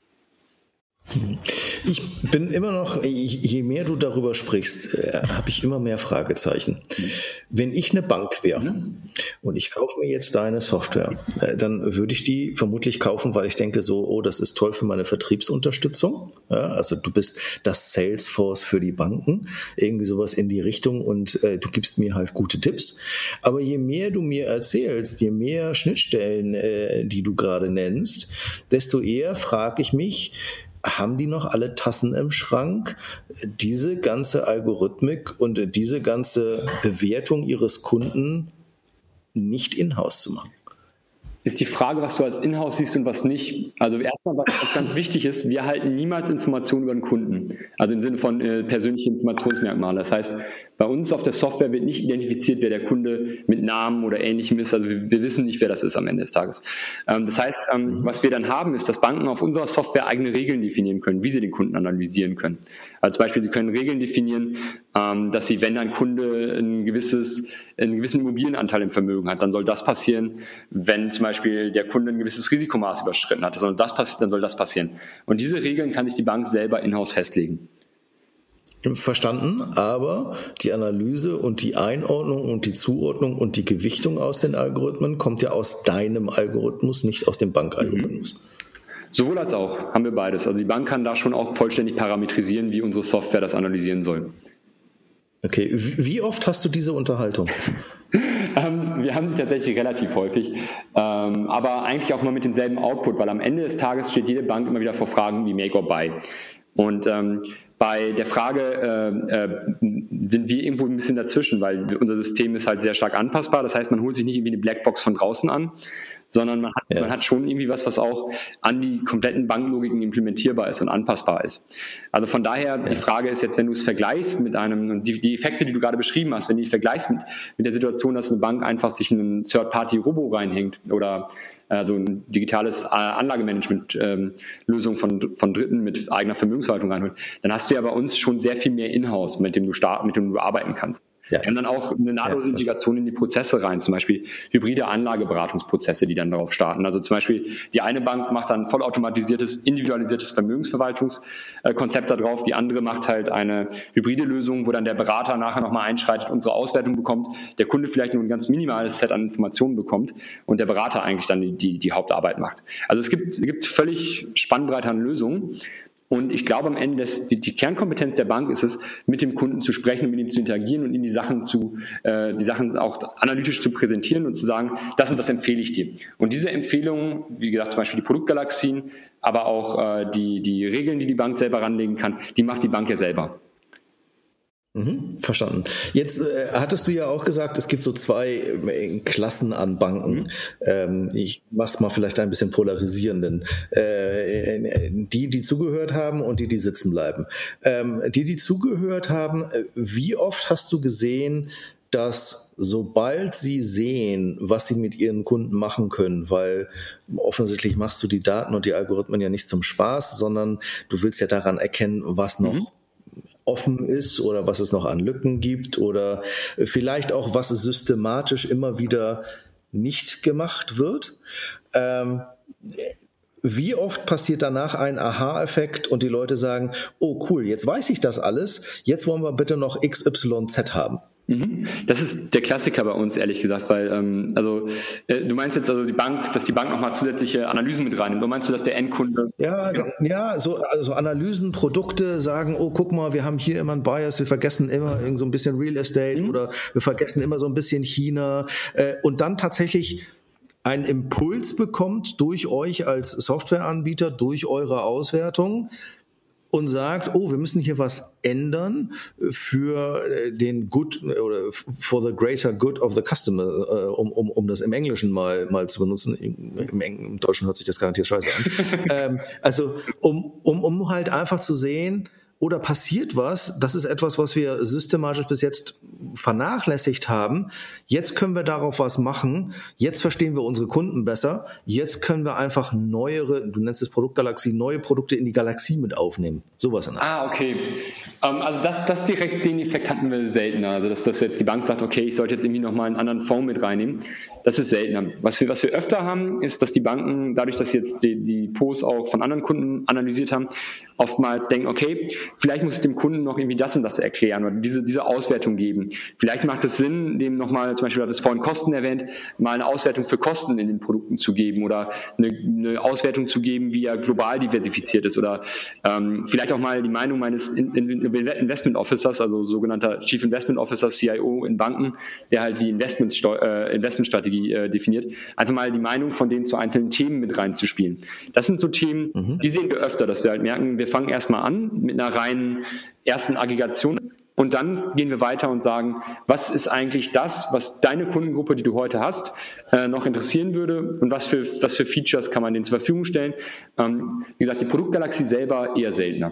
Ich bin immer noch, je mehr du darüber sprichst, äh, habe ich immer mehr Fragezeichen. Wenn ich eine Bank wäre und ich kaufe mir jetzt deine Software, äh, dann würde ich die vermutlich kaufen, weil ich denke so, oh, das ist toll für meine Vertriebsunterstützung. Ja, also du bist das Salesforce für die Banken, irgendwie sowas in die Richtung und äh, du gibst mir halt gute Tipps. Aber je mehr du mir erzählst, je mehr Schnittstellen, äh, die du gerade nennst, desto eher frage ich mich, haben die noch alle Tassen im Schrank, diese ganze Algorithmik und diese ganze Bewertung ihres Kunden nicht in-house zu machen? Ist die Frage, was du als Inhouse siehst und was nicht. Also erstmal, was ganz wichtig ist, wir halten niemals Informationen über den Kunden. Also im Sinne von äh, persönlichen Informationsmerkmalen. Das heißt, bei uns auf der Software wird nicht identifiziert, wer der Kunde mit Namen oder Ähnlichem ist. Also wir, wir wissen nicht, wer das ist am Ende des Tages. Ähm, das heißt, ähm, was wir dann haben, ist, dass Banken auf unserer Software eigene Regeln definieren können, wie sie den Kunden analysieren können. Also zum Beispiel, sie können Regeln definieren, ähm, dass sie, wenn ein Kunde ein gewisses, einen gewissen Immobilienanteil im Vermögen hat, dann soll das passieren. Wenn zum Beispiel der Kunde ein gewisses Risikomaß überschritten hat, dann soll das passieren, dann soll das passieren. Und diese Regeln kann sich die Bank selber in-house festlegen. Verstanden, aber die Analyse und die Einordnung und die Zuordnung und die Gewichtung aus den Algorithmen kommt ja aus deinem Algorithmus, nicht aus dem Bankalgorithmus. Mhm. Sowohl als auch, haben wir beides. Also die Bank kann da schon auch vollständig parametrisieren, wie unsere Software das analysieren soll. Okay, wie oft hast du diese Unterhaltung? ähm, wir haben sie tatsächlich relativ häufig, ähm, aber eigentlich auch immer mit demselben Output, weil am Ende des Tages steht jede Bank immer wieder vor Fragen wie Make or Buy. Und ähm, bei der Frage äh, äh, sind wir irgendwo ein bisschen dazwischen, weil unser System ist halt sehr stark anpassbar. Das heißt, man holt sich nicht irgendwie eine Blackbox von draußen an, sondern man hat, ja. man hat schon irgendwie was, was auch an die kompletten Banklogiken implementierbar ist und anpassbar ist. Also von daher, die Frage ist jetzt, wenn du es vergleichst mit einem, die, die Effekte, die du gerade beschrieben hast, wenn du die vergleichst mit, mit der Situation, dass eine Bank einfach sich einen Third-Party-Robo reinhängt oder also ein digitales Anlagemanagement-Lösung von, von Dritten mit eigener Vermögensverwaltung reinholt, dann hast du ja bei uns schon sehr viel mehr Inhouse, mit dem du starten, mit dem du arbeiten kannst. Ja. Wir haben dann auch eine nahtlose ja, Integration in die Prozesse rein, zum Beispiel hybride Anlageberatungsprozesse, die dann darauf starten. Also zum Beispiel die eine Bank macht dann vollautomatisiertes, individualisiertes Vermögensverwaltungskonzept da drauf, die andere macht halt eine hybride Lösung, wo dann der Berater nachher nochmal einschreitet, unsere Auswertung bekommt, der Kunde vielleicht nur ein ganz minimales Set an Informationen bekommt und der Berater eigentlich dann die, die, die Hauptarbeit macht. Also es gibt, es gibt völlig Spannbreite an Lösungen. Und ich glaube am Ende, dass die, die Kernkompetenz der Bank ist es, mit dem Kunden zu sprechen und mit ihm zu interagieren und ihm die Sachen zu, äh, die Sachen auch analytisch zu präsentieren und zu sagen, das und das empfehle ich dir. Und diese Empfehlungen, wie gesagt, zum Beispiel die Produktgalaxien, aber auch äh, die, die Regeln, die die Bank selber ranlegen kann, die macht die Bank ja selber. Mhm, verstanden. Jetzt äh, hattest du ja auch gesagt, es gibt so zwei äh, Klassen an Banken. Mhm. Ähm, ich mach's mal vielleicht ein bisschen polarisierenden. Äh, die, die zugehört haben und die, die sitzen bleiben. Ähm, die, die zugehört haben, äh, wie oft hast du gesehen, dass sobald sie sehen, was sie mit ihren Kunden machen können, weil offensichtlich machst du die Daten und die Algorithmen ja nicht zum Spaß, sondern du willst ja daran erkennen, was noch mhm. offen ist oder was es noch an Lücken gibt oder vielleicht auch, was systematisch immer wieder nicht gemacht wird. Ähm, wie oft passiert danach ein Aha-Effekt und die Leute sagen, oh cool, jetzt weiß ich das alles, jetzt wollen wir bitte noch X Y Z haben. Das ist der Klassiker bei uns, ehrlich gesagt, weil, ähm, also, äh, du meinst jetzt also die Bank, dass die Bank nochmal zusätzliche Analysen mit reinnimmt. Oder meinst du, dass der Endkunde... Ja, ja, ja so also Analysen, Produkte sagen, oh, guck mal, wir haben hier immer einen Bias, wir vergessen immer so ein bisschen Real Estate mhm. oder wir vergessen immer so ein bisschen China äh, und dann tatsächlich einen Impuls bekommt durch euch als Softwareanbieter, durch eure Auswertung, und sagt, oh, wir müssen hier was ändern für den Good oder for the greater good of the customer, um, um, um das im Englischen mal, mal zu benutzen. Im, im Deutschen hört sich das garantiert scheiße an. ähm, also, um, um, um halt einfach zu sehen, oder passiert was, das ist etwas, was wir systematisch bis jetzt vernachlässigt haben. Jetzt können wir darauf was machen. Jetzt verstehen wir unsere Kunden besser. Jetzt können wir einfach neuere, du nennst es Produktgalaxie, neue Produkte in die Galaxie mit aufnehmen. Sowas in der Art. Ah, okay. Um, also das, das direkt, den Effekt hatten wir seltener. Also dass, dass jetzt die Bank sagt, okay, ich sollte jetzt irgendwie nochmal einen anderen Fonds mit reinnehmen. Das ist seltener. Was wir, was wir öfter haben, ist, dass die Banken, dadurch, dass sie jetzt die, die Pos auch von anderen Kunden analysiert haben, oftmals denken, okay, vielleicht muss ich dem Kunden noch irgendwie das und das erklären oder diese, diese Auswertung geben. Vielleicht macht es Sinn, dem nochmal, zum Beispiel, du hattest vorhin Kosten erwähnt, mal eine Auswertung für Kosten in den Produkten zu geben oder eine, eine Auswertung zu geben, wie er global diversifiziert ist oder ähm, vielleicht auch mal die Meinung meines Investment Officers, also sogenannter Chief Investment Officer, C I O in Banken, der halt die Investmentsteu- äh, Investmentstrategie äh, definiert, einfach mal die Meinung von denen zu einzelnen Themen mit reinzuspielen. Das sind so Themen, mhm. die sehen wir öfter, dass wir halt merken, wir fangen erstmal an mit einer reinen ersten Aggregation und dann gehen wir weiter und sagen, was ist eigentlich das, was deine Kundengruppe, die du heute hast, äh, noch interessieren würde und was für, was für Features kann man denen zur Verfügung stellen. Ähm, wie gesagt, die Produktgalaxie selber eher seltener.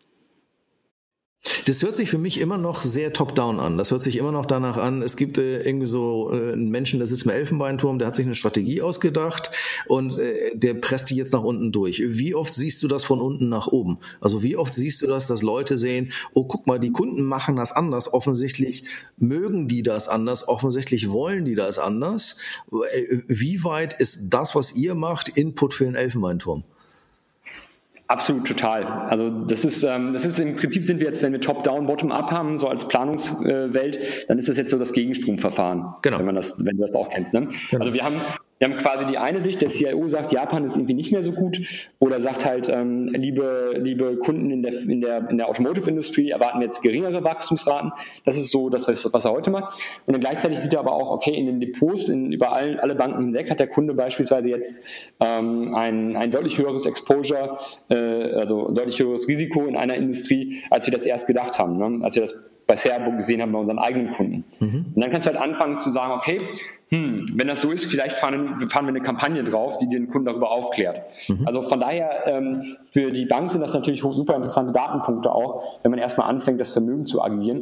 Das hört sich für mich immer noch sehr top-down an. Das hört sich immer noch danach an, es gibt äh, irgendwie so äh, einen Menschen, der sitzt im Elfenbeinturm, der hat sich eine Strategie ausgedacht und äh, der presst die jetzt nach unten durch. Wie oft siehst du das von unten nach oben? Also wie oft siehst du das, dass Leute sehen, oh, guck mal, die Kunden machen das anders. Offensichtlich mögen die das anders. Offensichtlich wollen die das anders. Wie weit ist das, was ihr macht, Input für den Elfenbeinturm? Absolut, total. Also das ist, ähm, das ist im Prinzip sind wir jetzt, wenn wir Top-Down, Bottom-Up haben, so als Planungswelt, äh, dann ist das jetzt so das Gegenstromverfahren, genau. wenn man das, wenn du das auch kennst. Ne? Genau. Also wir haben, wir haben quasi die eine Sicht, der C I O sagt, Japan ist irgendwie nicht mehr so gut, oder sagt halt, ähm, liebe, liebe Kunden in der, in der, in der Automotive-Industrie erwarten wir jetzt geringere Wachstumsraten. Das ist so das, was er heute macht. Und dann gleichzeitig sieht er aber auch, okay, in den Depots, in, über allen, alle Banken hinweg hat der Kunde beispielsweise jetzt ähm, ein, ein deutlich höheres Exposure, äh, also ein deutlich höheres Risiko in einer Industrie, als wir das erst gedacht haben, ne? Als wir das bisher gesehen haben bei unseren eigenen Kunden. Mhm. Und dann kannst du halt anfangen zu sagen, okay, hm, wenn das so ist, vielleicht fahren, fahren wir eine Kampagne drauf, die den Kunden darüber aufklärt. Mhm. Also von daher, ähm, für die Bank sind das natürlich super interessante Datenpunkte auch, wenn man erstmal anfängt, das Vermögen zu aggregieren.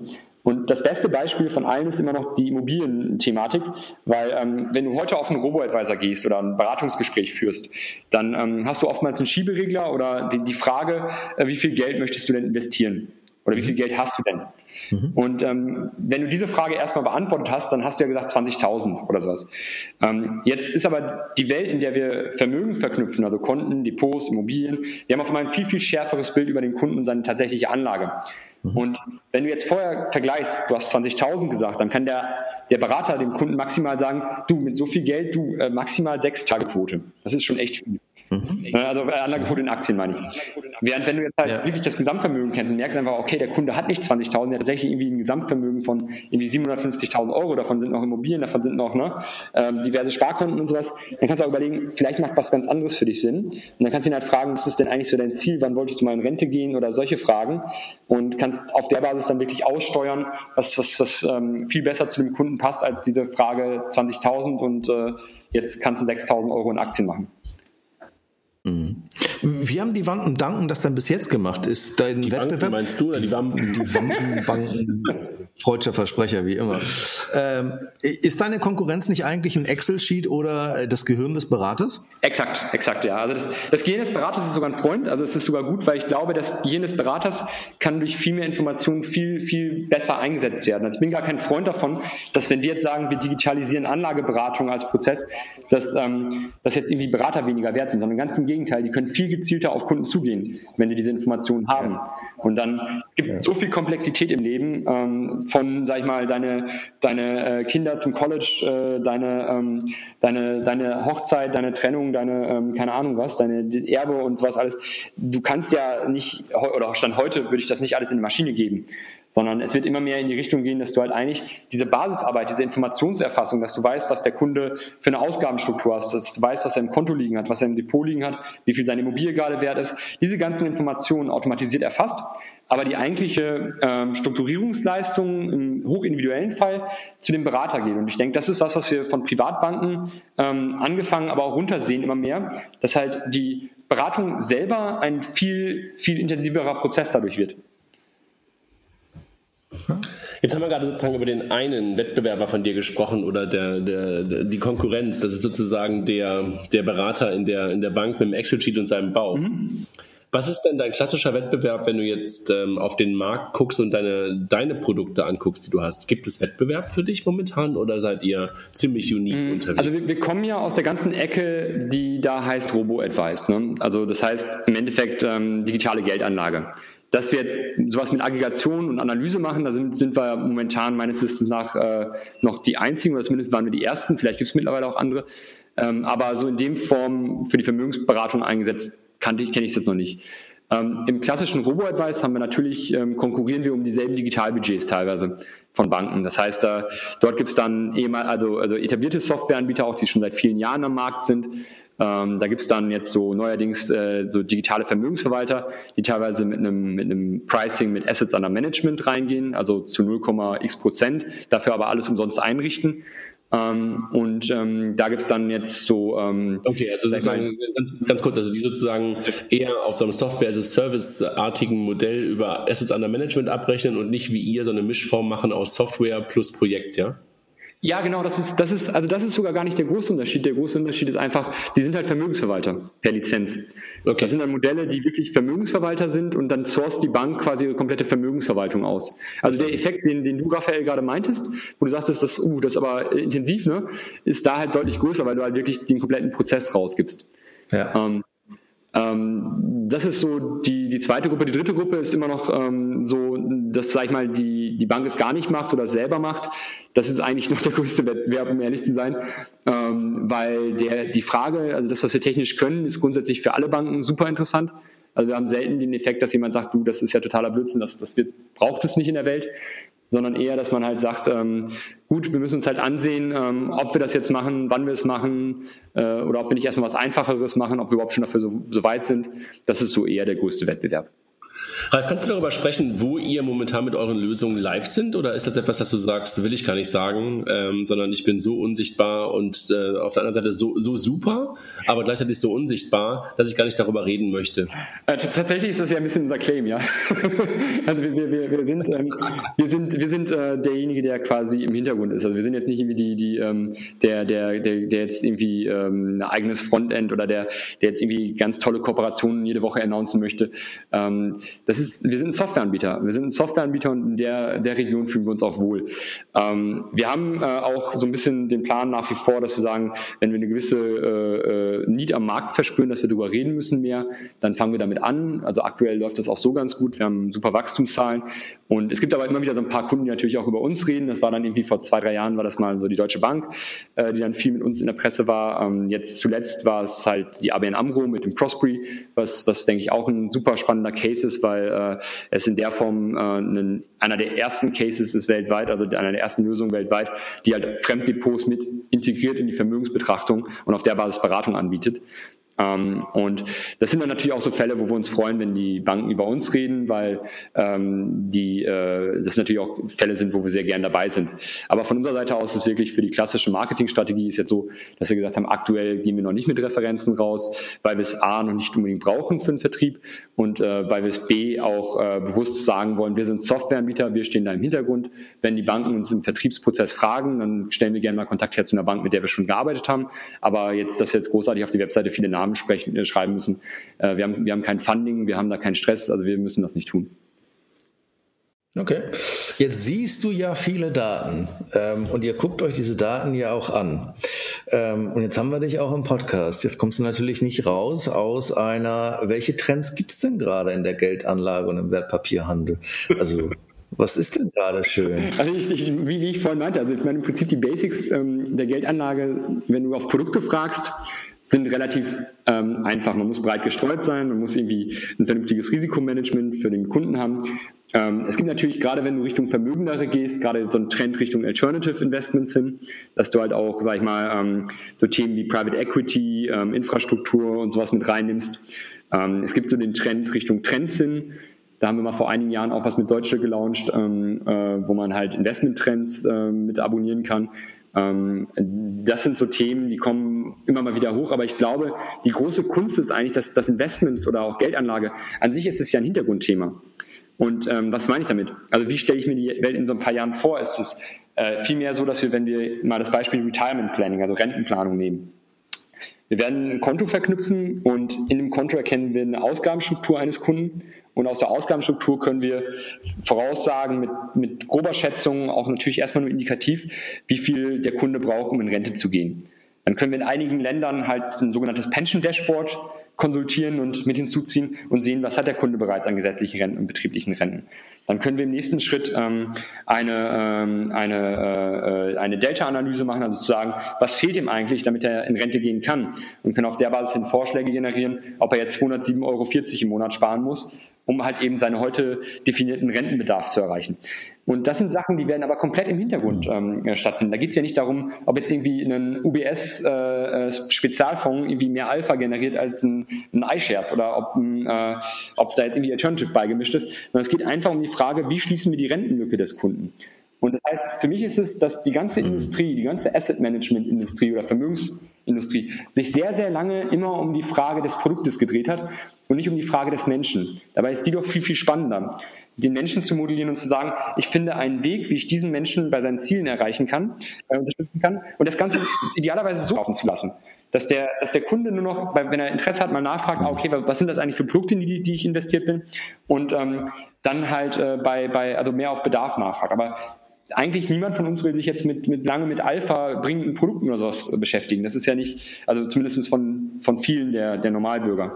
Und das beste Beispiel von allen ist immer noch die Immobilienthematik, weil ähm, wenn du heute auf einen Robo-Advisor gehst oder ein Beratungsgespräch führst, dann ähm, hast du oftmals einen Schieberegler oder die, die Frage, äh, wie viel Geld möchtest du denn investieren? Oder wie viel Geld hast du denn? Mhm. Und ähm, wenn du diese Frage erstmal beantwortet hast, dann hast du ja gesagt zwanzigtausend oder sowas. Ähm, jetzt ist aber die Welt, in der wir Vermögen verknüpfen, also Konten, Depots, Immobilien, wir haben auf einmal ein viel, viel schärferes Bild über den Kunden und seine tatsächliche Anlage. Mhm. Und wenn du jetzt vorher vergleichst, du hast zwanzigtausend gesagt, dann kann der, der Berater dem Kunden maximal sagen, du, mit so viel Geld, du äh, maximal sechs Tage Quote. Das ist schon echt viel. Mhm. Also Anlagequote in Aktien meine ich. Während wenn du jetzt halt ja. wirklich das Gesamtvermögen kennst und merkst einfach, okay, der Kunde hat nicht zwanzigtausend, der hat tatsächlich irgendwie ein Gesamtvermögen von irgendwie siebenhundertfünfzigtausend Euro, davon sind noch Immobilien, davon sind noch ne, ähm, diverse Sparkonten und sowas, dann kannst du auch überlegen, vielleicht macht was ganz anderes für dich Sinn. Und dann kannst du ihn halt fragen, was ist denn eigentlich so dein Ziel, wann wolltest du mal in Rente gehen oder solche Fragen und kannst auf der Basis dann wirklich aussteuern, was, was, was ähm, viel besser zu dem Kunden passt als diese Frage zwanzigtausend und äh, jetzt kannst du sechstausend Euro in Aktien machen. Wie haben die Banken danken das dann bis jetzt gemacht? Ist dein die Wettbewerb? Banken meinst du oder die Wampen? Die Wampen, Banken, freudscher Versprecher, wie immer. Ähm, ist deine Konkurrenz nicht eigentlich ein Excel-Sheet oder das Gehirn des Beraters? Exakt, exakt, ja. Also das, das Gehirn des Beraters ist sogar ein Freund, also es ist sogar gut, weil ich glaube, das Gehirn des Beraters kann durch viel mehr Informationen viel, viel besser eingesetzt werden. Also ich bin gar kein Freund davon, dass wenn wir jetzt sagen, wir digitalisieren Anlageberatung als Prozess, dass, ähm, dass jetzt irgendwie Berater weniger wert sind, sondern ganz im Gegenteil, die können viel gezielter auf Kunden zugehen, wenn sie diese Informationen haben. Und dann gibt es ja. so viel Komplexität im Leben, ähm, von, sag ich mal, deine, deine äh, Kinder zum College, äh, deine, ähm, deine, deine Hochzeit, deine Trennung, deine, ähm, keine Ahnung was, deine Erbe und sowas alles. Du kannst ja nicht, oder Stand heute würde ich das nicht alles in die Maschine geben, sondern es wird immer mehr in die Richtung gehen, dass du halt eigentlich diese Basisarbeit, diese Informationserfassung, dass du weißt, was der Kunde für eine Ausgabenstruktur hat, dass du weißt, was er im Konto liegen hat, was er im Depot liegen hat, wie viel seine Immobilie gerade wert ist, diese ganzen Informationen automatisiert erfasst, aber die eigentliche ähm, Strukturierungsleistung im hochindividuellen Fall zu dem Berater geht. Und ich denke, das ist was, was wir von Privatbanken ähm, angefangen, aber auch runtersehen immer mehr, dass halt die Beratung selber ein viel, viel intensiverer Prozess dadurch wird. Jetzt haben wir gerade sozusagen über den einen Wettbewerber von dir gesprochen oder der, der, der, die Konkurrenz. Das ist sozusagen der, der Berater in der, in der Bank mit dem Excel-Sheet und seinem Bauch. Mhm. Was ist denn dein klassischer Wettbewerb, wenn du jetzt ähm, auf den Markt guckst und deine, deine Produkte anguckst, die du hast? Gibt es Wettbewerb für dich momentan oder seid ihr ziemlich unique mhm. unterwegs? Also wir, wir kommen ja aus der ganzen Ecke, die da heißt Robo-Advice. Ne? Also das heißt im Endeffekt ähm, digitale Geldanlage. Dass wir jetzt sowas mit Aggregation und Analyse machen, da sind, sind wir momentan meines Wissens nach äh, noch die Einzigen, oder zumindest waren wir die Ersten, vielleicht gibt es mittlerweile auch andere, ähm, aber so in dem Form für die Vermögensberatung eingesetzt, kannte ich, kenne ich es jetzt noch nicht. Ähm, Im klassischen Robo-Advice haben wir natürlich, ähm, konkurrieren wir um dieselben Digitalbudgets teilweise von Banken. Das heißt, da, dort gibt es dann ehemal, also, also etablierte Softwareanbieter auch, die schon seit vielen Jahren am Markt sind. Ähm, da gibt es dann jetzt so neuerdings äh, so digitale Vermögensverwalter, die teilweise mit einem mit einem Pricing mit Assets under Management reingehen, also zu null Komma x Prozent, dafür aber alles umsonst einrichten. Ähm, und ähm, da gibt es dann jetzt so... Ähm, okay, also sozusagen ganz, ganz kurz, also die sozusagen eher auf so einem Software-as-a-Service-artigen Modell über Assets under Management abrechnen und nicht wie ihr so eine Mischform machen aus Software plus Projekt, ja? Ja, genau, das ist, das ist, also das ist sogar gar nicht der große Unterschied. Der große Unterschied ist einfach, die sind halt Vermögensverwalter per Lizenz. Okay. Das sind dann Modelle, die wirklich Vermögensverwalter sind und dann sourced die Bank quasi ihre komplette Vermögensverwaltung aus. Also der Effekt, den, den du, Raphael, gerade meintest, wo du sagtest, das, uh, das ist aber intensiv, ne, ist da halt deutlich größer, weil du halt wirklich den kompletten Prozess rausgibst. Ja. Ähm, Ähm, das ist so die, die zweite Gruppe. Die dritte Gruppe ist immer noch ähm, so, dass, sag ich mal, die, die Bank es gar nicht macht oder selber macht. Das ist eigentlich noch der größte Wettbewerb, um ehrlich zu sein, ähm, weil der, die Frage, also das, was wir technisch können, ist grundsätzlich für alle Banken super interessant. Also wir haben selten den Effekt, dass jemand sagt, du, das ist ja totaler Blödsinn, das, das wird, braucht es nicht in der Welt, sondern eher, dass man halt sagt, ähm, gut, wir müssen uns halt ansehen, ähm, ob wir das jetzt machen, wann wir es machen, äh, oder ob wir nicht erstmal was Einfacheres machen, ob wir überhaupt schon dafür so, so weit sind. Das ist so eher der größte Wettbewerb. Ralf, kannst du darüber sprechen, wo ihr momentan mit euren Lösungen live sind? Oder ist das etwas, das du sagst, will ich gar nicht sagen, ähm, sondern ich bin so unsichtbar und äh, auf der anderen Seite so, so super, aber gleichzeitig so unsichtbar, dass ich gar nicht darüber reden möchte? Äh, tatsächlich ist das ja ein bisschen unser Claim, ja. Also wir, wir, wir, wir sind, ähm, wir sind, wir sind äh, derjenige, der quasi im Hintergrund ist. Also wir sind jetzt nicht irgendwie die, die ähm, der, der, der, der jetzt irgendwie ähm, ein eigenes Frontend oder der, der jetzt irgendwie ganz tolle Kooperationen jede Woche announcen möchte. Ähm, Das ist, wir sind ein Softwareanbieter. Wir sind ein Softwareanbieter und in der, der Region fühlen wir uns auch wohl. Ähm, wir haben äh, auch so ein bisschen den Plan nach wie vor, dass wir sagen, wenn wir eine gewisse äh, Need am Markt verspüren, dass wir darüber reden müssen mehr, dann fangen wir damit an. Also aktuell läuft das auch so ganz gut. Wir haben super Wachstumszahlen. Und es gibt aber immer wieder so ein paar Kunden, die natürlich auch über uns reden. Das war dann irgendwie vor zwei, drei Jahren war das mal so die Deutsche Bank, äh, die dann viel mit uns in der Presse war. Ähm, jetzt zuletzt war es halt die A B N AMRO mit dem Prospery, was, was denke ich auch ein super spannender Case ist, weil äh, es in der Form äh, einen, einer der ersten Cases ist weltweit, also einer der ersten Lösungen weltweit, die halt Fremddepots mit integriert in die Vermögensbetrachtung und auf der Basis Beratung anbietet. Ähm, und das sind dann natürlich auch so Fälle, wo wir uns freuen, wenn die Banken über uns reden, weil ähm, die, äh, das natürlich auch Fälle sind, wo wir sehr gern dabei sind. Aber von unserer Seite aus ist wirklich für die klassische Marketingstrategie ist jetzt so, dass wir gesagt haben, aktuell gehen wir noch nicht mit Referenzen raus, weil wir es A noch nicht unbedingt brauchen für den Vertrieb und äh, weil wir es B auch äh, bewusst sagen wollen, wir sind Softwareanbieter, wir stehen da im Hintergrund. Wenn die Banken uns im Vertriebsprozess fragen, dann stellen wir gerne mal Kontakt her zu einer Bank, mit der wir schon gearbeitet haben. Aber jetzt, dass wir jetzt großartig auf die Webseite viele Namen Sprechen, äh, schreiben müssen. Äh, wir haben, wir haben kein Funding, wir haben da keinen Stress, also wir müssen das nicht tun. Okay. Jetzt siehst du ja viele Daten ähm, und ihr guckt euch diese Daten ja auch an. Ähm, und jetzt haben wir dich auch im Podcast. Jetzt kommst du natürlich nicht raus aus einer, welche Trends gibt es denn gerade in der Geldanlage und im Wertpapierhandel? Also was ist denn gerade schön? Also ich, ich, wie, wie ich vorhin meinte, also ich meine im Prinzip die Basics ähm, der Geldanlage, wenn du auf Produkte fragst, sind relativ ähm, einfach. Man muss breit gestreut sein, man muss irgendwie ein vernünftiges Risikomanagement für den Kunden haben. Ähm, es gibt natürlich, gerade wenn du Richtung Vermögendere gehst, gerade so einen Trend Richtung Alternative Investments hin, dass du halt auch, sag ich mal, ähm, so Themen wie Private Equity, ähm, Infrastruktur und sowas mit reinnimmst. Ähm, es gibt so den Trend Richtung Trends hin. Da haben wir mal vor einigen Jahren auch was mit Deutsche gelauncht, ähm, äh, wo man halt Investmenttrends äh, mit abonnieren kann. Das sind so Themen, die kommen immer mal wieder hoch, aber ich glaube, die große Kunst ist eigentlich, dass das Investment oder auch Geldanlage, an sich ist es ja ein Hintergrundthema. Und ähm, was meine ich damit? Also wie stelle ich mir die Welt in so ein paar Jahren vor? Ist es äh, vielmehr so, dass wir, wenn wir mal das Beispiel Retirement Planning, also Rentenplanung nehmen, wir werden ein Konto verknüpfen und in dem Konto erkennen wir eine Ausgabenstruktur eines Kunden. Und aus der Ausgabenstruktur können wir voraussagen, mit, mit grober Schätzung, auch natürlich erstmal nur indikativ, wie viel der Kunde braucht, um in Rente zu gehen. Dann können wir in einigen Ländern halt ein sogenanntes Pension Dashboard konsultieren und mit hinzuziehen und sehen, was hat der Kunde bereits an gesetzlichen Renten und betrieblichen Renten. Dann können wir im nächsten Schritt ähm, eine, ähm, eine, äh, eine Delta-Analyse machen, also zu sagen, was fehlt ihm eigentlich, damit er in Rente gehen kann, und können auf der Basis hin Vorschläge generieren, ob er jetzt zweihundertsieben Euro vierzig im Monat sparen muss, um halt eben seinen heute definierten Rentenbedarf zu erreichen. Und das sind Sachen, die werden aber komplett im Hintergrund ähm, stattfinden. Da geht es ja nicht darum, ob jetzt irgendwie ein U B S-Spezialfonds äh, irgendwie mehr Alpha generiert als ein, ein iShares oder ob, ein, äh, ob da jetzt irgendwie Alternative beigemischt ist, sondern es geht einfach um die Frage, wie schließen wir die Rentenlücke des Kunden. Und das heißt, für mich ist es, dass die ganze Industrie, die ganze Asset-Management-Industrie oder Vermögensindustrie sich sehr, sehr lange immer um die Frage des Produktes gedreht hat und nicht um die Frage des Menschen. Dabei ist die doch viel, viel spannender, den Menschen zu modellieren und zu sagen, ich finde einen Weg, wie ich diesen Menschen bei seinen Zielen erreichen kann, äh, unterstützen kann, und das Ganze idealerweise so laufen zu lassen, dass der, dass der Kunde nur noch, wenn er Interesse hat, mal nachfragt, ah, okay, was sind das eigentlich für Produkte, in die, die ich investiert bin, und ähm, dann halt äh, bei, bei, also mehr auf Bedarf nachfragt. Aber eigentlich niemand von uns will sich jetzt mit, mit lange mit Alpha bringenden Produkten oder sowas beschäftigen. Das ist ja nicht, also zumindest von, von vielen der, der Normalbürger.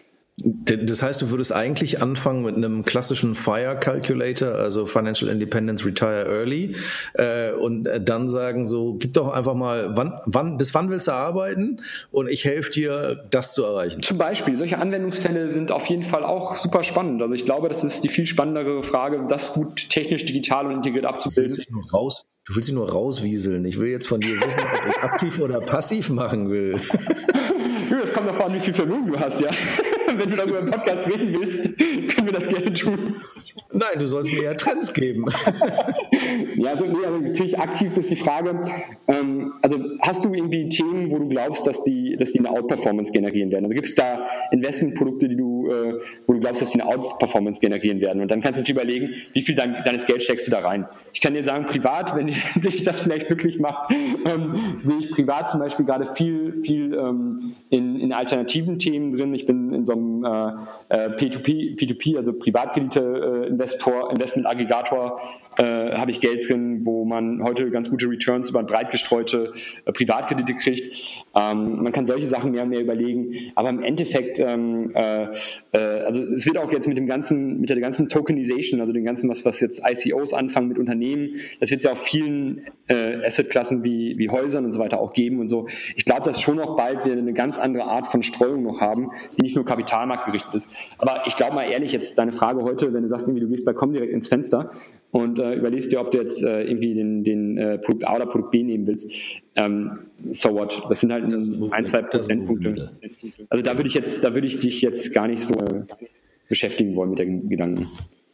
Das heißt, du würdest eigentlich anfangen mit einem klassischen FIRE Calculator, also Financial Independence Retire Early, äh, und dann sagen so, gib doch einfach mal, wann, wann, bis wann willst du arbeiten, und ich helfe dir, das zu erreichen. Zum Beispiel, solche Anwendungsfälle sind auf jeden Fall auch super spannend. Also ich glaube, das ist die viel spannendere Frage, das gut technisch, digital und integriert abzubilden. Du willst dich nur raus, du willst dich nur rauswieseln. Ich will jetzt von dir wissen, ob ich aktiv oder passiv machen will. Das kommt davon an, wie viel Vermögen du hast, ja. wenn du darüber im Podcast reden willst, können wir das gerne tun. Nein, du sollst mir ja Trends geben. Ja, also, nee, also natürlich aktiv ist die Frage, ähm, also hast du irgendwie Themen, wo du glaubst, dass die, dass die eine Outperformance generieren werden? Also gibt es da Investmentprodukte, die du, äh, wo du glaubst, dass die eine Outperformance generieren werden? Und dann kannst du natürlich überlegen, wie viel dein, deines Geld steckst du da rein. Ich kann dir sagen, privat, wenn dich das vielleicht glücklich macht, ähm, sehe ich privat zum Beispiel gerade viel, viel ähm, in, in alternativen Themen drin. Ich bin in so einem äh, P zwei P, P zwei P, also Privatkredite-Investor, äh, Investment-Aggregator, äh, habe ich Geld drin, wo man heute ganz gute Returns über breit gestreute äh, Privatkredite kriegt. Ähm, man kann solche Sachen mehr und mehr überlegen, aber im Endeffekt, ähm, äh, äh, also es wird auch jetzt mit dem ganzen, mit der ganzen Tokenization, also dem ganzen, was, was jetzt I C Os anfangen mit Unternehmen, das wird es ja auf vielen äh, Assetklassen wie, wie Häusern und so weiter auch geben und so. Ich glaube, dass schon noch bald wir eine ganz andere Art von Streuung noch haben, die nicht nur kapitalmarktgerichtet ist. Aber ich glaube mal ehrlich, jetzt deine Frage heute, wenn du sagst, irgendwie, du gehst bei Comdirect ins Fenster und äh, überlegst dir, ob du jetzt äh, irgendwie den, den äh, Produkt A oder Produkt B nehmen willst. Ähm, so what? Das sind halt das ein, zwei Prozentpunkte. Also da würde ich jetzt, da würde ich dich jetzt gar nicht so äh, beschäftigen wollen mit den Gedanken.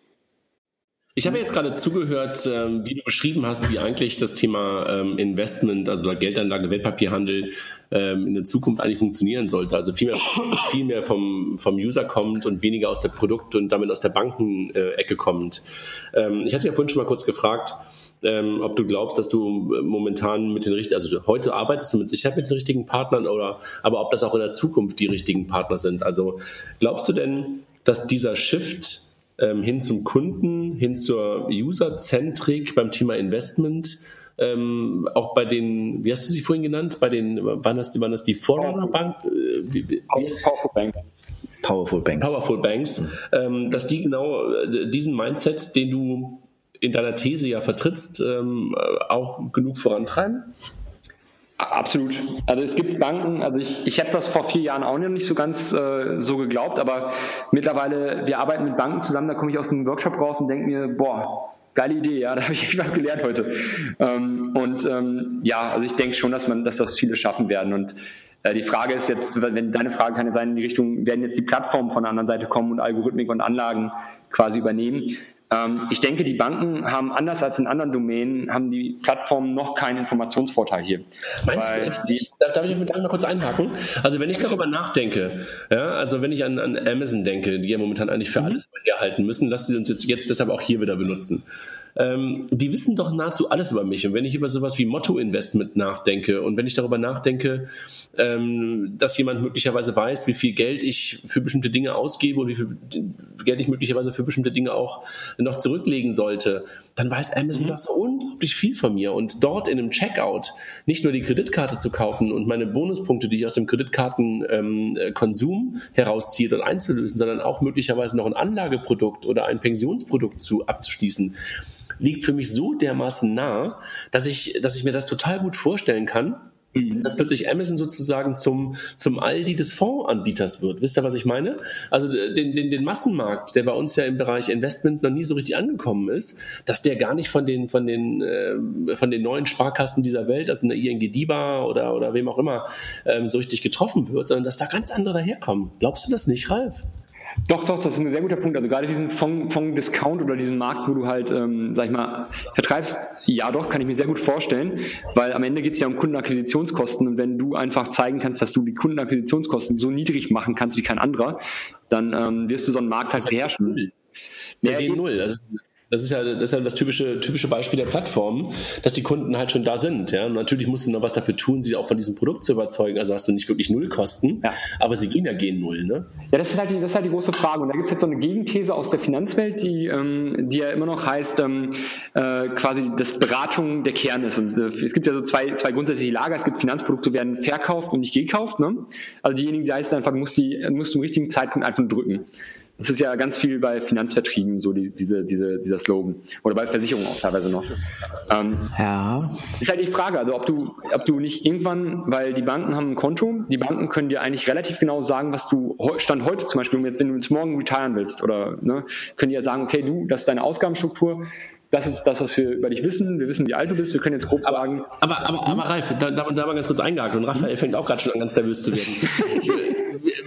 Ich habe jetzt gerade zugehört, ähm, wie du beschrieben hast, wie eigentlich das Thema ähm, Investment, also Geldanlage, Wertpapierhandel ähm, in der Zukunft eigentlich funktionieren sollte. Also viel mehr, viel mehr vom, vom User kommt und weniger aus der Produkt- und damit aus der Bankenecke kommt. Ähm, ich hatte ja vorhin schon mal kurz gefragt, ähm, ob du glaubst, dass du momentan mit den richtigen, also heute arbeitest du mit Sicherheit mit den richtigen Partnern, oder aber ob das auch in der Zukunft die richtigen Partner sind. Also glaubst du denn, dass dieser Shift hin zum Kunden, hin zur User-Zentrik beim Thema Investment, ähm, auch bei den, wie hast du sie vorhin genannt, bei den, waren das, waren das die Forerunner-Bank? Wie, Powerful Bank. Powerful Banks. Powerful Banks, ähm, dass die genau diesen Mindset, den du in deiner These ja vertrittst, ähm, auch genug vorantreiben? Absolut. Also es gibt Banken, also ich, ich habe das vor vier Jahren auch noch nicht so ganz äh, so geglaubt, aber mittlerweile, wir arbeiten mit Banken zusammen, da komme ich aus einem Workshop raus und denke mir, boah, geile Idee, ja, da habe ich echt was gelernt heute. Ähm, und ähm, ja, also ich denke schon, dass man, dass das viele schaffen werden. Und äh, die Frage ist jetzt, wenn deine Frage kann ja sein, in die Richtung, werden jetzt die Plattformen von der anderen Seite kommen und Algorithmik und Anlagen quasi übernehmen. Ich denke, die Banken haben, anders als in anderen Domänen, haben die Plattformen noch keinen Informationsvorteil hier. Meinst du, die, darf ich mit einmal kurz einhaken? Also wenn ich darüber nachdenke, ja, also wenn ich an, an Amazon denke, die ja momentan eigentlich für alles herhalten müssen, lassen sie uns jetzt, jetzt deshalb auch hier wieder benutzen. Ähm, die wissen doch nahezu alles über mich. Und wenn ich über sowas wie Motto-Investment nachdenke und wenn ich darüber nachdenke, ähm, dass jemand möglicherweise weiß, wie viel Geld ich für bestimmte Dinge ausgebe und wie viel Geld ich möglicherweise für bestimmte Dinge auch noch zurücklegen sollte, dann weiß Amazon mhm. doch so unglaublich viel von mir. Und dort in einem Checkout nicht nur die Kreditkarte zu kaufen und meine Bonuspunkte, die ich aus dem Kreditkartenkonsum ähm, herausziehe und einzulösen, sondern auch möglicherweise noch ein Anlageprodukt oder ein Pensionsprodukt zu, abzuschließen, liegt für mich so dermaßen nah, dass ich, dass ich mir das total gut vorstellen kann, mhm. dass plötzlich Amazon sozusagen zum, zum Aldi des Fondsanbieters wird. Wisst ihr, was ich meine? Also den, den, den Massenmarkt, der bei uns ja im Bereich Investment noch nie so richtig angekommen ist, dass der gar nicht von den, von den, äh, von den neuen Sparkassen dieser Welt, also eine I N G DiBa oder, oder wem auch immer, ähm, so richtig getroffen wird, sondern dass da ganz andere daherkommen. Glaubst du das nicht, Ralf? Doch, doch, das ist ein sehr guter Punkt. Also gerade diesen Fonds-Discount oder diesen Markt, wo du halt, ähm, sag ich mal, vertreibst, ja doch, kann ich mir sehr gut vorstellen, weil am Ende geht es ja um Kundenakquisitionskosten und wenn du einfach zeigen kannst, dass du die Kundenakquisitionskosten so niedrig machen kannst wie kein anderer, dann ähm, wirst du so einen Markt halt beherrschen. C D null, also das ist ja das, ist ja das typische, typische Beispiel der Plattformen, dass die Kunden halt schon da sind. Ja? Und natürlich musst du noch was dafür tun, sie auch von diesem Produkt zu überzeugen. Also hast du nicht wirklich Nullkosten, ja. aber sie gehen ja gegen Null. Ne? Ja, das ist, halt die, das ist halt die große Frage. Und da gibt es jetzt so eine Gegenthese aus der Finanzwelt, die, ähm, die ja immer noch heißt, ähm, äh, quasi, dass Beratung der Kern ist. Und äh, es gibt ja so zwei, zwei grundsätzliche Lager. Es gibt Finanzprodukte, werden verkauft und nicht gekauft. Ne? Also diejenigen, die heißt einfach, musst die musst du im richtigen Zeitpunkt einfach drücken. Das ist ja ganz viel bei Finanzvertrieben, so die, diese, diese, dieser Slogan. Oder bei Versicherungen auch teilweise noch. Ähm, ja. Ist halt die Frage, also ob du, ob du nicht irgendwann, weil die Banken haben ein Konto, die Banken können dir eigentlich relativ genau sagen, was du Stand heute zum Beispiel, wenn du jetzt morgen retiren willst, oder ne, können die ja sagen, okay, du, das ist deine Ausgabenstruktur, das ist das, was wir über dich wissen. Wir wissen, wie alt du bist. Wir können jetzt grob aber, sagen. Aber, aber, aber Ralf, da, da, da mal ganz kurz eingehakt. Und Raphael fängt auch gerade schon an, ganz nervös zu werden. wir, wir,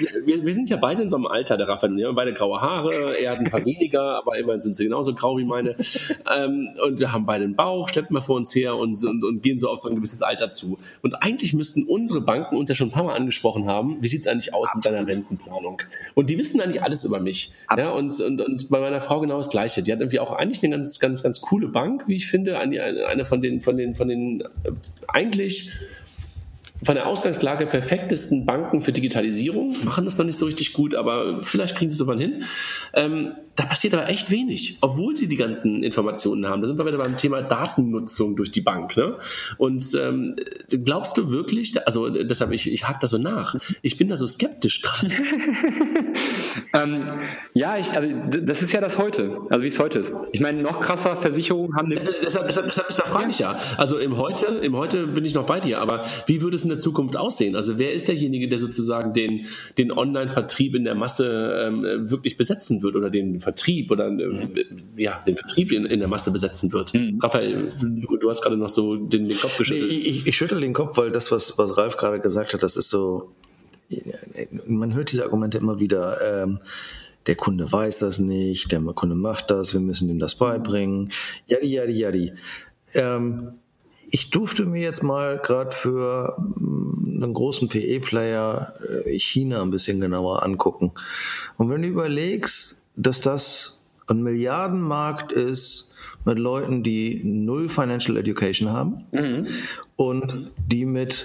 wir, wir sind ja beide in so einem Alter, der Raphael. Wir haben beide graue Haare, er hat ein paar weniger, aber immerhin sind sie genauso grau wie meine. Ähm, und wir haben beide einen Bauch, schleppen wir vor uns her und, und, und gehen so auf so ein gewisses Alter zu. Und eigentlich müssten unsere Banken uns ja schon ein paar Mal angesprochen haben, wie sieht's eigentlich aus mit deiner Rentenplanung? Und die wissen eigentlich alles über mich. Ja, und, und, und bei meiner Frau genau das Gleiche. Die hat irgendwie auch eigentlich eine ganz, ganz, ganz coole Bank, wie ich finde, eine, eine von den, von den, von den äh, eigentlich von der Ausgangslage perfektesten Banken für Digitalisierung, machen das noch nicht so richtig gut, aber vielleicht kriegen sie es irgendwann hin. Ähm, da passiert aber echt wenig, obwohl sie die ganzen Informationen haben. Da sind wir wieder beim Thema Datennutzung durch die Bank. Ne? Und ähm, glaubst du wirklich, also deshalb, ich, ich hake da so nach, ich bin da so skeptisch gerade. ähm, ja, ich, also das ist ja das Heute, also wie es heute ist. Ich meine, noch krasser, Versicherungen haben... Eine deshalb, deshalb, deshalb, deshalb frage ich ja. Also im Heute, im Heute bin ich noch bei dir, aber wie würde es in der Zukunft aussehen? Also wer ist derjenige, der sozusagen den, den Online-Vertrieb in der Masse ähm, wirklich besetzen wird oder den Vertrieb oder äh, ja, den Vertrieb in, in der Masse besetzen wird? Mhm. Raphael, du, du hast gerade noch so den, den Kopf geschüttelt. Nee, ich, ich schüttel den Kopf, weil das, was, was Ralf gerade gesagt hat, das ist so, man hört diese Argumente immer wieder, ähm, der Kunde weiß das nicht, der Kunde macht das, wir müssen ihm das beibringen, jadi, jadi, jadi. Ähm, Ich durfte mir jetzt mal gerade für einen großen P E-Player China ein bisschen genauer angucken. Und wenn du überlegst, dass das ein Milliardenmarkt ist mit Leuten, die null Financial Education haben mhm. und die mit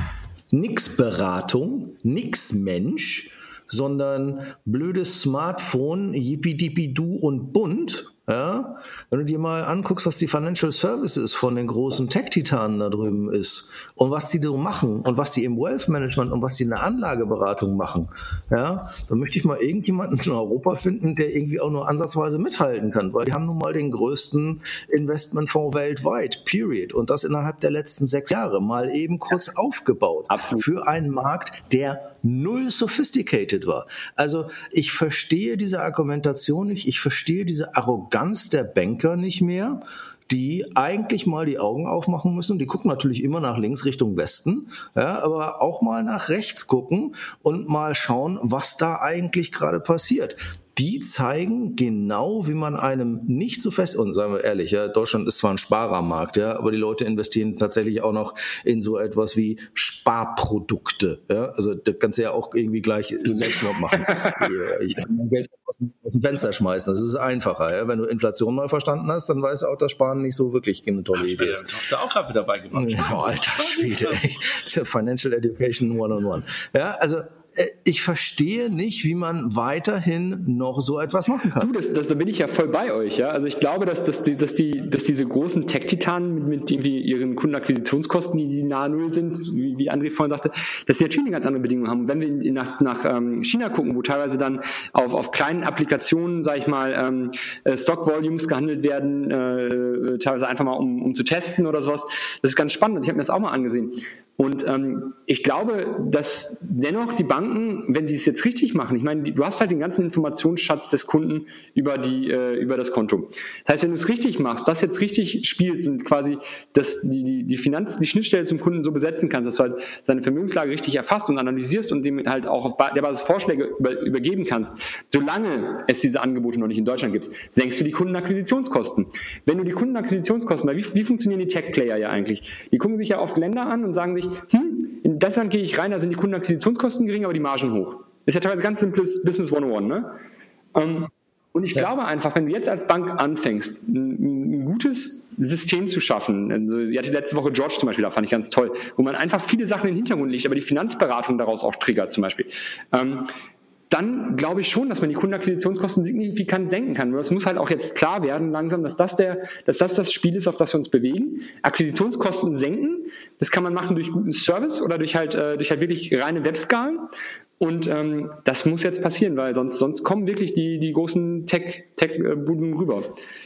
nix Beratung, nix Mensch, sondern blödes Smartphone, Yippie-Dippie-Du und bunt. Ja, wenn du dir mal anguckst, was die Financial Services von den großen Tech-Titanen da drüben ist und was die so machen und was die im Wealth Management und was die in der Anlageberatung machen, ja, dann möchte ich mal irgendjemanden in Europa finden, der irgendwie auch nur ansatzweise mithalten kann, weil die haben nun mal den größten Investmentfonds weltweit, period, und das innerhalb der letzten sechs Jahre mal eben kurz aufgebaut. Absolut. Für einen Markt, der null sophisticated war. Also ich verstehe diese Argumentation nicht, ich verstehe diese Arroganz der Banker nicht mehr, die eigentlich mal die Augen aufmachen müssen. Die gucken natürlich immer nach links Richtung Westen, ja, aber auch mal nach rechts gucken und mal schauen, was da eigentlich gerade passiert. Die zeigen genau, wie man einem nicht so fest, und sagen wir ehrlich, ja, Deutschland ist zwar ein Sparermarkt, ja, aber die Leute investieren tatsächlich auch noch in so etwas wie Sparprodukte, ja, also das kannst du ja auch irgendwie gleich selbst noch machen. Ich kann mein Geld aus dem Fenster schmeißen, das ist einfacher, ja. Wenn du Inflation mal verstanden hast, dann weißt du auch, dass Sparen nicht so wirklich eine tolle Idee ist. Ich habe da auch gerade wieder beigebracht. Ja, alter Schwede, ey. Financial Education one on one. Ja, also ich verstehe nicht, wie man weiterhin noch so etwas machen kann. Du, das, das, da bin ich ja voll bei euch. Ja? Also ich glaube, dass, dass, die, dass, die, dass diese großen Tech-Titanen mit, mit irgendwie ihren Kundenakquisitionskosten, die, die nahe Null sind, wie, wie André vorhin sagte, dass sie natürlich eine ganz andere Bedingungen haben. Und wenn wir in, nach, nach ähm, China gucken, wo teilweise dann auf, auf kleinen Applikationen, sage ich mal, ähm, äh, Stock-Volumes gehandelt werden, äh, teilweise einfach mal um, um zu testen oder sowas, das ist ganz spannend. Und ich habe mir das auch mal angesehen. Und ähm, ich glaube, dass dennoch die Banken, wenn sie es jetzt richtig machen, ich meine, die, du hast halt den ganzen Informationsschatz des Kunden über die äh, über das Konto. Das heißt, wenn du es richtig machst, das jetzt richtig spielst und quasi das, die, die, die Finanz, die Schnittstelle zum Kunden so besetzen kannst, dass du halt seine Vermögenslage richtig erfasst und analysierst und dem halt auch auf der Basis Vorschläge über, übergeben kannst, solange es diese Angebote noch nicht in Deutschland gibt, senkst du die Kundenakquisitionskosten. Wenn du die Kundenakquisitionskosten, weil wie, wie funktionieren die Tech-Player ja eigentlich? Die gucken sich ja oft Länder an und sagen sich, hm, in das Land gehe ich rein, da sind die Kundenakquisitionskosten gering, aber die Margen hoch. Ist ja teilweise ganz simples Business hundertundeins, ne? Um, und ich ja. glaube einfach, wenn du jetzt als Bank anfängst, ein, ein gutes System zu schaffen, also, ich hatte letzte Woche George zum Beispiel, da fand ich ganz toll, wo man einfach viele Sachen in den Hintergrund legt, aber die Finanzberatung daraus auch triggert zum Beispiel, um, dann glaube ich schon, dass man die Kundenakquisitionskosten signifikant senken kann. Nur das muss halt auch jetzt klar werden langsam, dass das der, dass das das Spiel ist, auf das wir uns bewegen. Akquisitionskosten senken, das kann man machen durch guten Service oder durch halt, äh, durch halt wirklich reine Webskalen. Und ähm, das muss jetzt passieren, weil sonst, sonst kommen wirklich die, die großen Tech, Tech-Buden rüber.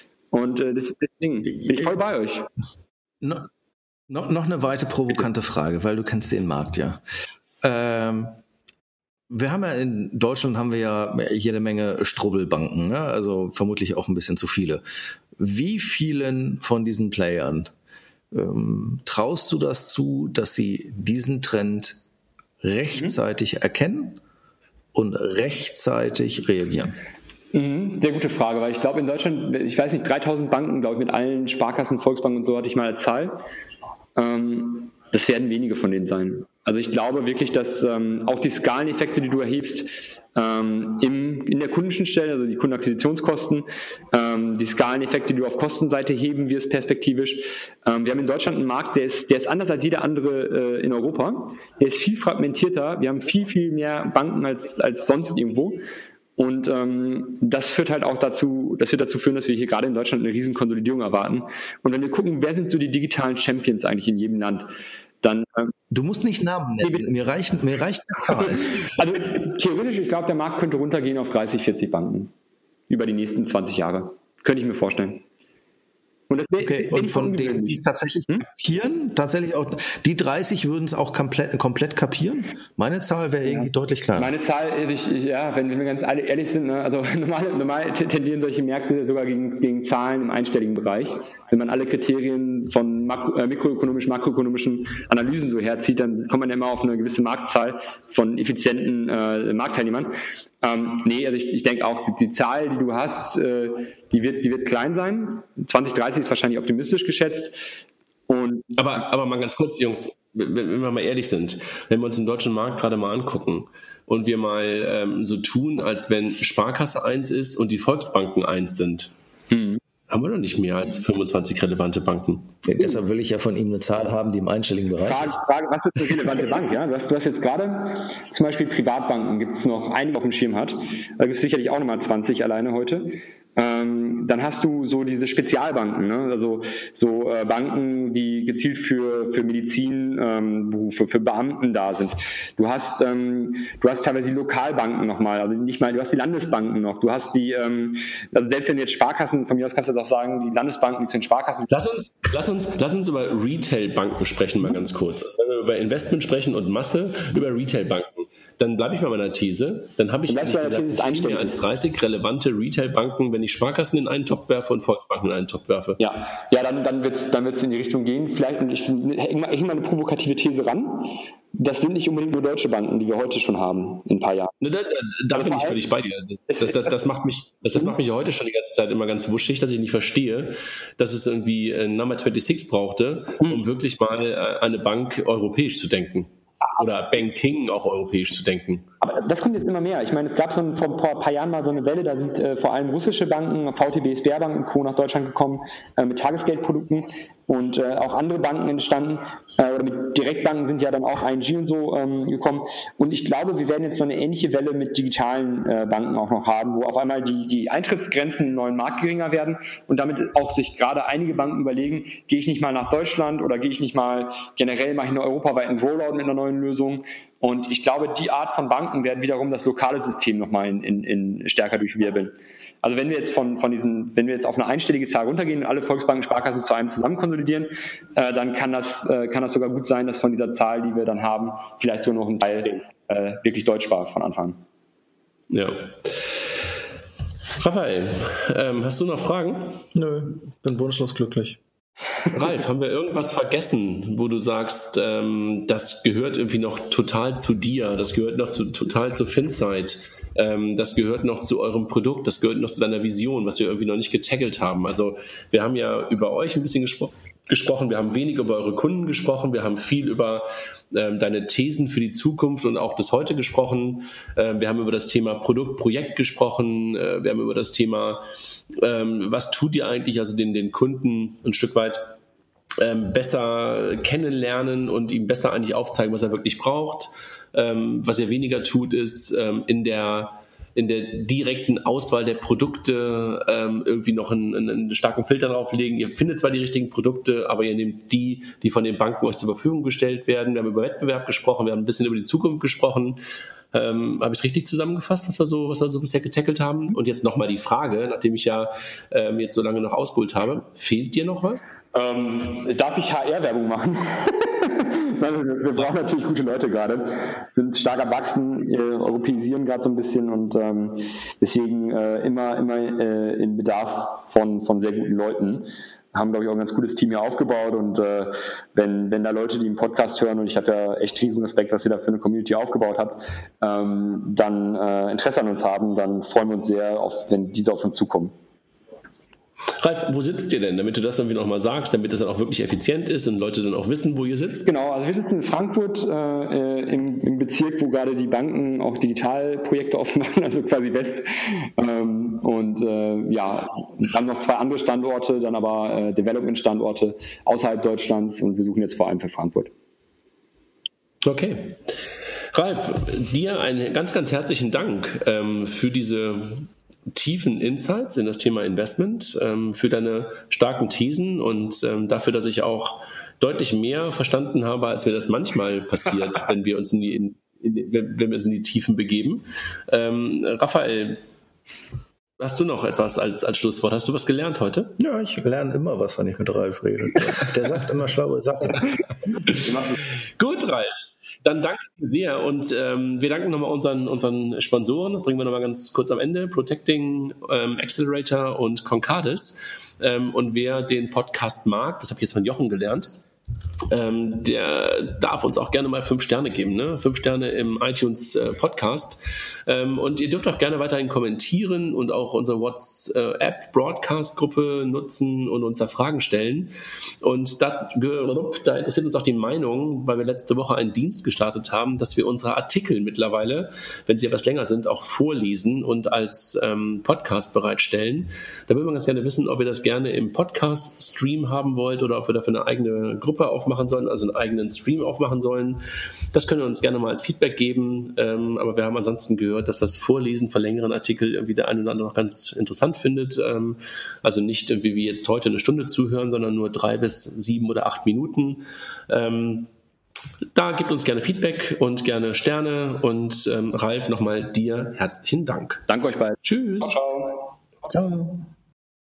Und äh, das, das Ding, bin ich voll bei euch. No, no, noch eine weitere provokante Frage, weil du kennst den Markt ja. Ähm, Wir haben ja in Deutschland haben wir ja jede Menge Strubbelbanken, ne? Also vermutlich auch ein bisschen zu viele. Wie vielen von diesen Playern ähm, traust du das zu, dass sie diesen Trend rechtzeitig mhm. erkennen und rechtzeitig reagieren? Mhm, sehr gute Frage, weil ich glaube in Deutschland, ich weiß nicht, dreitausend Banken, glaube ich, mit allen Sparkassen, Volksbanken und so hatte ich mal eine Zahl. Ähm, das werden wenige von denen sein. Also ich glaube wirklich, dass ähm, auch die Skaleneffekte, die du erhebst, ähm, im, in der Kundenschnittstelle, also die Kundenakquisitionskosten, ähm, die Skaleneffekte, die du auf Kostenseite heben wirst perspektivisch. Ähm, wir haben in Deutschland einen Markt, der ist, der ist anders als jeder andere äh, in Europa. Der ist viel fragmentierter. Wir haben viel, viel mehr Banken als, als sonst irgendwo. Und ähm, das führt halt auch dazu, das wird dazu führen, dass wir hier gerade in Deutschland eine riesen Konsolidierung erwarten. Und wenn wir gucken, wer sind so die digitalen Champions eigentlich in jedem Land, dann... Ähm, du musst nicht Namen nennen, mir reicht, mir reicht eine Zahl. Also theoretisch, ich glaube, der Markt könnte runtergehen auf dreißig, vierzig Banken über die nächsten zwanzig Jahre. Könnte ich mir vorstellen. Und, das okay, und von denen, die es tatsächlich hm? kapieren, tatsächlich auch, die dreißig würden es auch komplett, komplett kapieren? Meine Zahl wäre irgendwie ja. deutlich kleiner. Meine Zahl, ich, ja, wenn wir ganz alle ehrlich sind, ne, also normal, normal tendieren solche Märkte sogar gegen, gegen Zahlen im einstelligen Bereich. Wenn man alle Kriterien von makro, äh, mikroökonomischen, makroökonomischen Analysen so herzieht, dann kommt man immer auf eine gewisse Marktzahl von effizienten äh, Marktteilnehmern. Ähm, nee, also ich, ich denke auch, die, die Zahl, die du hast, äh, die wird, die wird klein sein. zwanzig dreißig ist wahrscheinlich optimistisch geschätzt. Und aber, aber mal ganz kurz, Jungs, wenn, wenn wir mal ehrlich sind, wenn wir uns den deutschen Markt gerade mal angucken und wir mal ähm, so tun, als wenn Sparkasse eins ist und die Volksbanken eins sind, hm. haben wir doch nicht mehr als fünfundzwanzig relevante Banken. Ja, deshalb will ich ja von ihm eine Zahl haben, die im einstelligen Bereich Frage, ist. Frage, was ist eine relevante Bank? Ja? Du, hast, du hast jetzt gerade zum Beispiel Privatbanken, gibt es noch einige auf dem Schirm hat. Da gibt es sicherlich auch nochmal zwanzig alleine heute. Ähm, dann hast du so diese Spezialbanken, ne? Also so äh, Banken, die gezielt für für Medizinberufe, ähm, für Beamten da sind. Du hast ähm, du hast teilweise die Lokalbanken nochmal, also nicht mal, du hast die Landesbanken noch, du hast die, ähm, also selbst wenn jetzt Sparkassen, von mir aus kannst du jetzt auch sagen, die Landesbanken, die zu den Sparkassen. Lass uns, lass uns, lass uns über Retail-Banken sprechen mal ganz kurz. Wenn wir über Investment sprechen und Masse, über Retail-Banken. Dann bleibe ich bei meiner These. Dann habe ich ehrlich gesagt nicht viel mehr als dreißig relevante Retail-Banken, wenn ich Sparkassen in einen Topf werfe und Volksbanken in einen Topf werfe. Ja, ja, dann, dann wird es dann wird's in die Richtung gehen. Vielleicht, ich hänge mal, häng mal eine provokative These ran. Das sind nicht unbedingt nur deutsche Banken, die wir heute schon haben, in ein paar Jahren. Da, da, da bin ich völlig bei dir. Das, das, das, macht mich, das, das macht mich heute schon die ganze Zeit immer ganz wuschig, dass ich nicht verstehe, dass es irgendwie Number sechsundzwanzig brauchte, um wirklich mal eine Bank europäisch zu denken. Oder Banking auch europäisch zu denken. Aber das kommt jetzt immer mehr. Ich meine, es gab so ein, vor ein paar Jahren mal so eine Welle, da sind äh, vor allem russische Banken, V T B, Sberbank und Co. nach Deutschland gekommen äh, mit Tagesgeldprodukten und äh, auch andere Banken entstanden. Äh, oder mit Direktbanken sind ja dann auch I N G und so ähm, gekommen. Und ich glaube, wir werden jetzt so eine ähnliche Welle mit digitalen äh, Banken auch noch haben, wo auf einmal die, die Eintrittsgrenzen im neuen Markt geringer werden und damit auch sich gerade einige Banken überlegen, gehe ich nicht mal nach Deutschland oder gehe ich nicht mal generell mal in einen europaweiten Rollout mit einer neuen Lösung. Und ich glaube, die Art von Banken werden wiederum das lokale System nochmal in, in, in stärker durchwirbeln. Also wenn wir jetzt von, von diesen, wenn wir jetzt auf eine einstellige Zahl runtergehen und alle Volksbanken, Sparkassen zu einem zusammen konsolidieren, äh, dann kann das, äh, kann das sogar gut sein, dass von dieser Zahl, die wir dann haben, vielleicht sogar noch ein Teil äh, wirklich deutsch war von Anfang an. Ja. Raphael, ähm, hast du noch Fragen? Nö, bin wunschlos glücklich. Ralf, haben wir irgendwas vergessen, wo du sagst, ähm, das gehört irgendwie noch total zu dir, das gehört noch zu, total zu Finsight, ähm, das gehört noch zu eurem Produkt, das gehört noch zu deiner Vision, was wir irgendwie noch nicht getackelt haben. Also wir haben ja über euch ein bisschen gespro- gesprochen, wir haben wenig über eure Kunden gesprochen, wir haben viel über ähm, deine Thesen für die Zukunft und auch das Heute gesprochen, ähm, wir haben über das Thema Produkt, Projekt gesprochen, äh, wir haben über das Thema, ähm, was tut ihr eigentlich, also den, den Kunden ein Stück weit ähm, besser kennenlernen und ihm besser eigentlich aufzeigen, was er wirklich braucht. Ähm, was ihr weniger tut, ist ähm, in der in der direkten Auswahl der Produkte ähm, irgendwie noch einen, einen starken Filter drauflegen. Ihr findet zwar die richtigen Produkte, aber ihr nehmt die, die von den Banken euch zur Verfügung gestellt werden. Wir haben über Wettbewerb gesprochen, wir haben ein bisschen über die Zukunft gesprochen. Ähm, habe ich es richtig zusammengefasst, was wir so, was wir so bisher getackelt haben? Und jetzt nochmal die Frage, nachdem ich ja ähm, jetzt so lange noch ausgeholt habe, fehlt dir noch was? Ähm, darf ich H R-Werbung machen? Wir brauchen natürlich gute Leute gerade, sind stark am Wachsen, äh, europäisieren gerade so ein bisschen und ähm, deswegen äh, immer immer äh, in Bedarf von von sehr guten Leuten. haben, glaube ich, auch ein ganz cooles Team hier aufgebaut und äh, wenn, wenn da Leute, die einen Podcast hören, und ich habe ja echt riesen Respekt, was ihr da für eine Community aufgebaut habt, ähm, dann äh, Interesse an uns haben, dann freuen wir uns sehr, auf, wenn diese auf uns zukommen. Ralf, wo sitzt ihr denn, damit du das dann wieder nochmal sagst, damit das dann auch wirklich effizient ist und Leute dann auch wissen, wo ihr sitzt? Genau, also wir sitzen in Frankfurt äh, im, im Bezirk, wo gerade die Banken auch Digitalprojekte aufmachen, also quasi West. Ähm, und äh, ja, wir haben noch zwei andere Standorte, dann aber äh, Development-Standorte außerhalb Deutschlands und wir suchen jetzt vor allem für Frankfurt. Okay. Ralf, dir einen ganz, ganz herzlichen Dank ähm, für diese tiefen Insights in das Thema Investment, ähm, für deine starken Thesen und ähm, dafür, dass ich auch deutlich mehr verstanden habe, als mir das manchmal passiert, wenn wir uns in die, in, in, wenn wir uns in die Tiefen begeben. Ähm, Raphael, hast du noch etwas als, als Schlusswort? Hast du was gelernt heute? Ja, ich lerne immer was, wenn ich mit Ralf rede. Der sagt immer schlaue Sachen. Gut, Ralf. Dann danke ich dir sehr und ähm, wir danken nochmal unseren, unseren Sponsoren, das bringen wir nochmal ganz kurz am Ende, Protecting, ähm, Accelerator und Concardis. Ähm, und wer den Podcast mag, das habe ich jetzt von Jochen gelernt, ähm, der darf uns auch gerne mal fünf Sterne geben, ne? Fünf Sterne im iTunes äh, Podcast. Ähm, und ihr dürft auch gerne weiterhin kommentieren und auch unsere WhatsApp-Broadcast-Gruppe nutzen und uns da Fragen stellen. Und das, da interessiert uns auch die Meinung, weil wir letzte Woche einen Dienst gestartet haben, dass wir unsere Artikel mittlerweile, wenn sie etwas länger sind, auch vorlesen und als ähm, Podcast bereitstellen. Da würden wir ganz gerne wissen, ob ihr das gerne im Podcast-Stream haben wollt oder ob wir dafür eine eigene Gruppe aufmachen sollen, also einen eigenen Stream aufmachen sollen. Das können wir uns gerne mal als Feedback geben. Ähm, aber wir haben ansonsten gehört, dass das Vorlesen von längeren Artikeln irgendwie der eine oder andere noch ganz interessant findet. Ähm, also nicht irgendwie wie jetzt heute eine Stunde zuhören, sondern nur drei bis sieben oder acht Minuten. Ähm, da gibt uns gerne Feedback und gerne Sterne. Und ähm, Ralf, nochmal dir herzlichen Dank. Danke euch beiden. Tschüss. Ciao. Ciao.